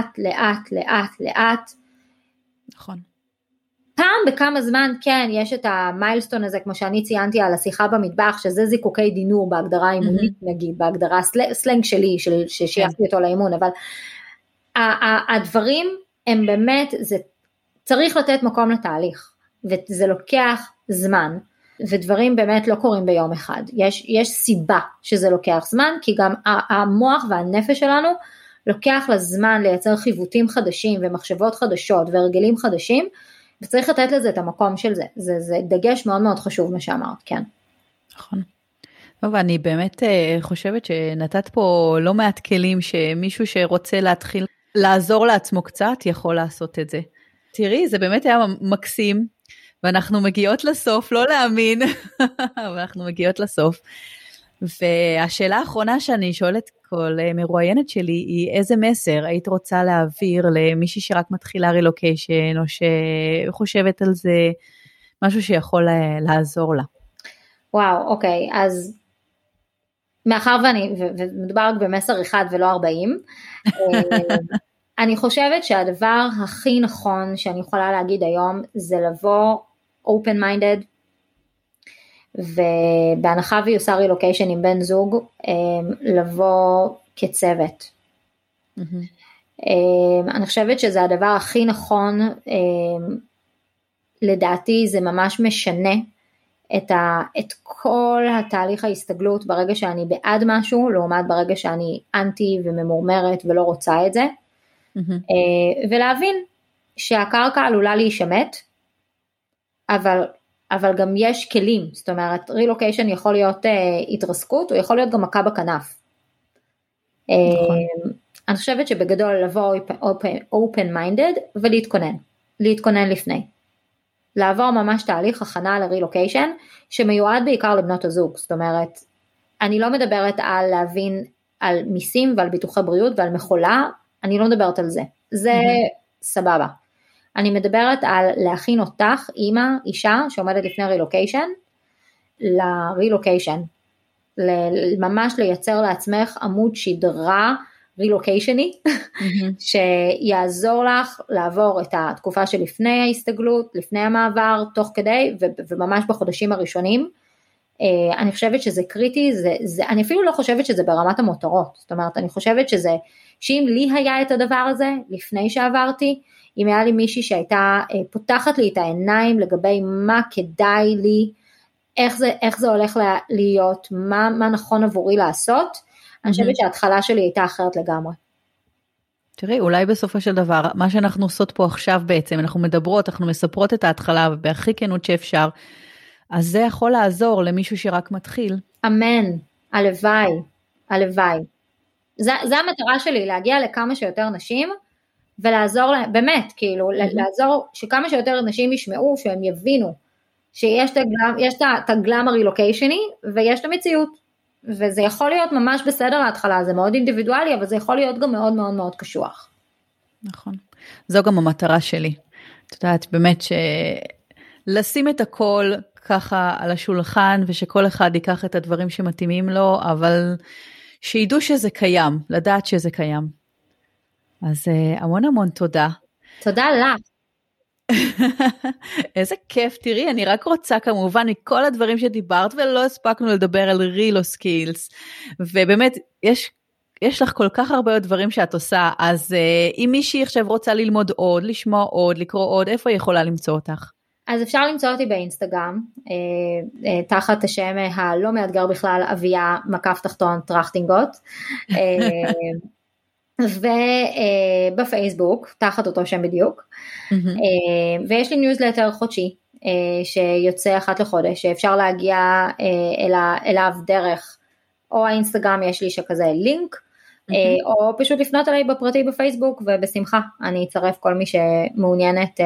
לאט. נכון. פעם בכמה זמן, כן, יש את המיילסטון הזה, כמו שאני ציינתי על השיחה במטבח, שזה זיקוקי דינור בהגדרה האימונית, נגיד, בהגדרה סלנג שלי, ששייכתי אותו לאימון, אבל הדברים הם באמת, זה צריך לתת מקום לתהליך, וזה לוקח זמן, ודברים באמת לא קורים ביום אחד, יש סיבה שזה לוקח זמן, כי גם המוח והנפש שלנו, לוקח לזמן לייצר חיווטים חדשים, ומחשבות חדשות, והרגלים חדשים, וצריך לתת לזה את המקום של זה, זה דגש מאוד מאוד חשוב מה שאמרת, כן. נכון. ואני באמת חושבת שנתת פה לא מעט כלים, שמישהו שרוצה להתחיל לעזור לעצמו קצת, יכול לעשות את זה. תראי, זה באמת היה מקסים, ואנחנו מגיעות לסוף, לא להאמין, אבל אנחנו מגיעות לסוף. והשאלה האחרונה שאני שואלת כל מרואיינת שלי, היא איזה מסר היית רוצה להעביר למישהי שרק מתחילה רילוקיישן, או שחושבת על זה, משהו שיכול לעזור לה. וואו, אוקיי, אז מאחר ומדובר רק במסר אחד ולא 40, אני חושבת שהדבר הכי נכון שאני יכולה להגיד היום, זה לבוא open-minded, ובהנחה והיא עושה רילוקיישן עם בן זוג, לבוא כצוות. אני חושבת שזה הדבר הכי נכון, לדעתי זה ממש משנה את כל התהליך ההסתגלות, ברגע שאני בעד משהו, לעומת ברגע שאני אנטי וממורמרת ולא רוצה את זה, ולהבין שהקרקע עלולה להישמט, אבל גם יש כלים, זאת אומרת, רילוקיישן יכול להיות התרסקות, או יכול להיות גם מכה בכנף. אני חושבת שבגדול לבוא open-minded, ולהתכונן לפני. לעבור ממש תהליך הכנה לרילוקיישן, שמיועד בעיקר לבנות הזוג, זאת אומרת, אני לא מדברת על להבין על מיסים ועל ביטוחי בריאות ועל מחולה, אני לא מדברת על זה, זה סבבה. אני מדברת על להכין אותך, אימא, אישה שעומדת לפני רילוקיישן, לרילוקיישן, ממש לייצר לעצמך עמוד שדרה רילוקיישני, שיעזור לך לעבור את התקופה שלפני ההסתגלות, לפני המעבר, תוך כדי, וממש בחודשים הראשונים, אני חושבת שזה קריטי, אני אפילו לא חושבת שזה ברמת המותרות, זאת אומרת, אני חושבת שאם לי היה את הדבר הזה, לפני שעברתי, אם היה לי מישהי שהייתה פותחת לי את העיניים, לגבי מה כדאי לי, איך זה הולך להיות, מה נכון עבורי לעשות, אני חושבת שההתחלה שלי הייתה אחרת לגמרי. תראי, אולי בסופו של דבר, מה שאנחנו עושות פה עכשיו בעצם, אנחנו מדברות, אנחנו מספרות את ההתחלה, ובהכי כנות שאפשר, אז זה יכול לעזור למישהו שרק מתחיל. אמן, הלוואי, הלוואי. זה המטרה שלי, להגיע לכמה שיותר נשים, ולעזור להם, באמת, כאילו, לעזור שכמה שיותר נשים ישמעו, שהם יבינו, שיש את הגלם הרילוקיישני, ויש את המציאות, וזה יכול להיות ממש בסדר להתחלה, זה מאוד אינדיבידואלי, אבל זה יכול להיות גם מאוד מאוד מאוד קשוח. נכון, זו גם המטרה שלי, את יודעת, באמת לשים את הכל ככה על השולחן, ושכל אחד ייקח את הדברים שמתאימים לו, אבל שידעו שזה קיים, לדעת שזה קיים. אז המון המון תודה. תודה לך. איזה כיף, תראי, אני רק רוצה כמובן מכל הדברים שדיברת, ולא הספקנו לדבר על רילו סקילס, ובאמת יש לך כל כך הרבה דברים שאת עושה, אז אם מישהי עכשיו רוצה ללמוד עוד, לשמוע עוד, לקרוא עוד, איפה היא יכולה למצוא אותך? אז אפשר למצוא אותי באינסטגרם, תחת השם הלא מאתגר בכלל, אביה מקף תחתון טרחטינגוט, ובפייסבוק, תחת אותו שם בדיוק, ויש לי ניוזלטר חודשי, שיוצא אחת לחודש, שאפשר להגיע אליו דרך, או האינסטגרם יש לי שכזה לינק, או פשוט לפנות אליי בפרטי בפייסבוק, ובשמחה אני אצרף כל מי שמעוניינת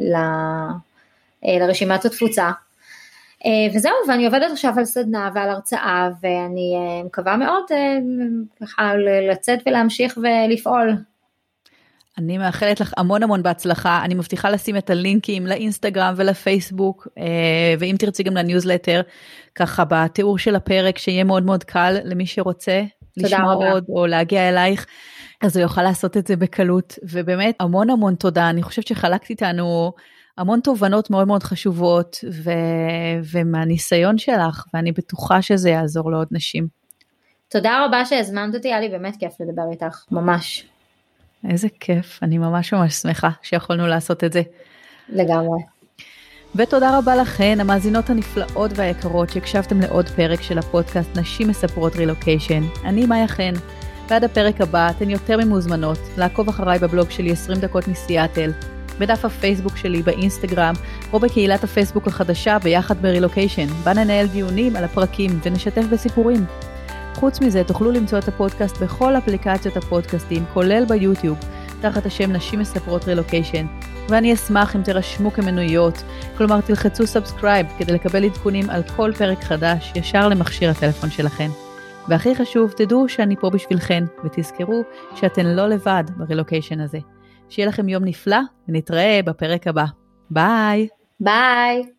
לרשימת התפוצה. וזהו, ואני עובדת עכשיו על סדנה ועל הרצאה, ואני מקווה מאוד ככה לצאת ולהמשיך ולפעול. אני מאחלת לך המון המון בהצלחה, אני מבטיחה לשים את הלינקים לאינסטגרם ולפייסבוק, ואם תרצי גם לניוזלטר, ככה בתיאור של הפרק, שיהיה מאוד מאוד קל למי שרוצה לשמוע עוד או להגיע אלייך, אז הוא יוכל לעשות את זה בקלות, ובאמת המון המון תודה, אני חושבת שחלקתי איתנו המון תובנות מאוד מאוד חשובות, ומהניסיון שלך, ואני בטוחה שזה יעזור לעוד נשים. תודה רבה שהזמנת אותי, היה לי באמת כיף לדבר איתך, ממש. איזה כיף, אני ממש ממש שמחה שיכולנו לעשות את זה. לגמרי. ותודה רבה לכן, המאזינות הנפלאות והיקרות שהקשבתם לעוד פרק של הפודקאסט נשים מספרות רילוקיישן. אני מאיה חן, ועד הפרק הבא אתן יותר ממוזמנות לעקוב אחריי בבלוג שלי 20 דקות מסיאטל, בדף הפייסבוק שלי באינסטגרם, או בקהילת הפייסבוק החדשה ביחד ברילוקיישן, בה ננהל דיונים על הפרקים ונשתף בסיפורים. חוץ מזה, תוכלו למצוא את הפודקאסט בכל אפליקציות הפודקאסטים, כולל ביוטיוב, תחת השם נשים מספרות רילוקיישן. ואני אשמח אם תרשמו כמנויות, כלומר תלחצו סאבסקרייב כדי לקבל עדכונים על כל פרק חדש ישר למכשיר הטלפון שלכם. והכי חשוב, תדעו שאני פה בשבילכן, ותזכרו שאתן לא לבד ברילוקיישן הזה. שיהיה לכם יום נפלא, ונתראה בפרק הבא. ביי! ביי!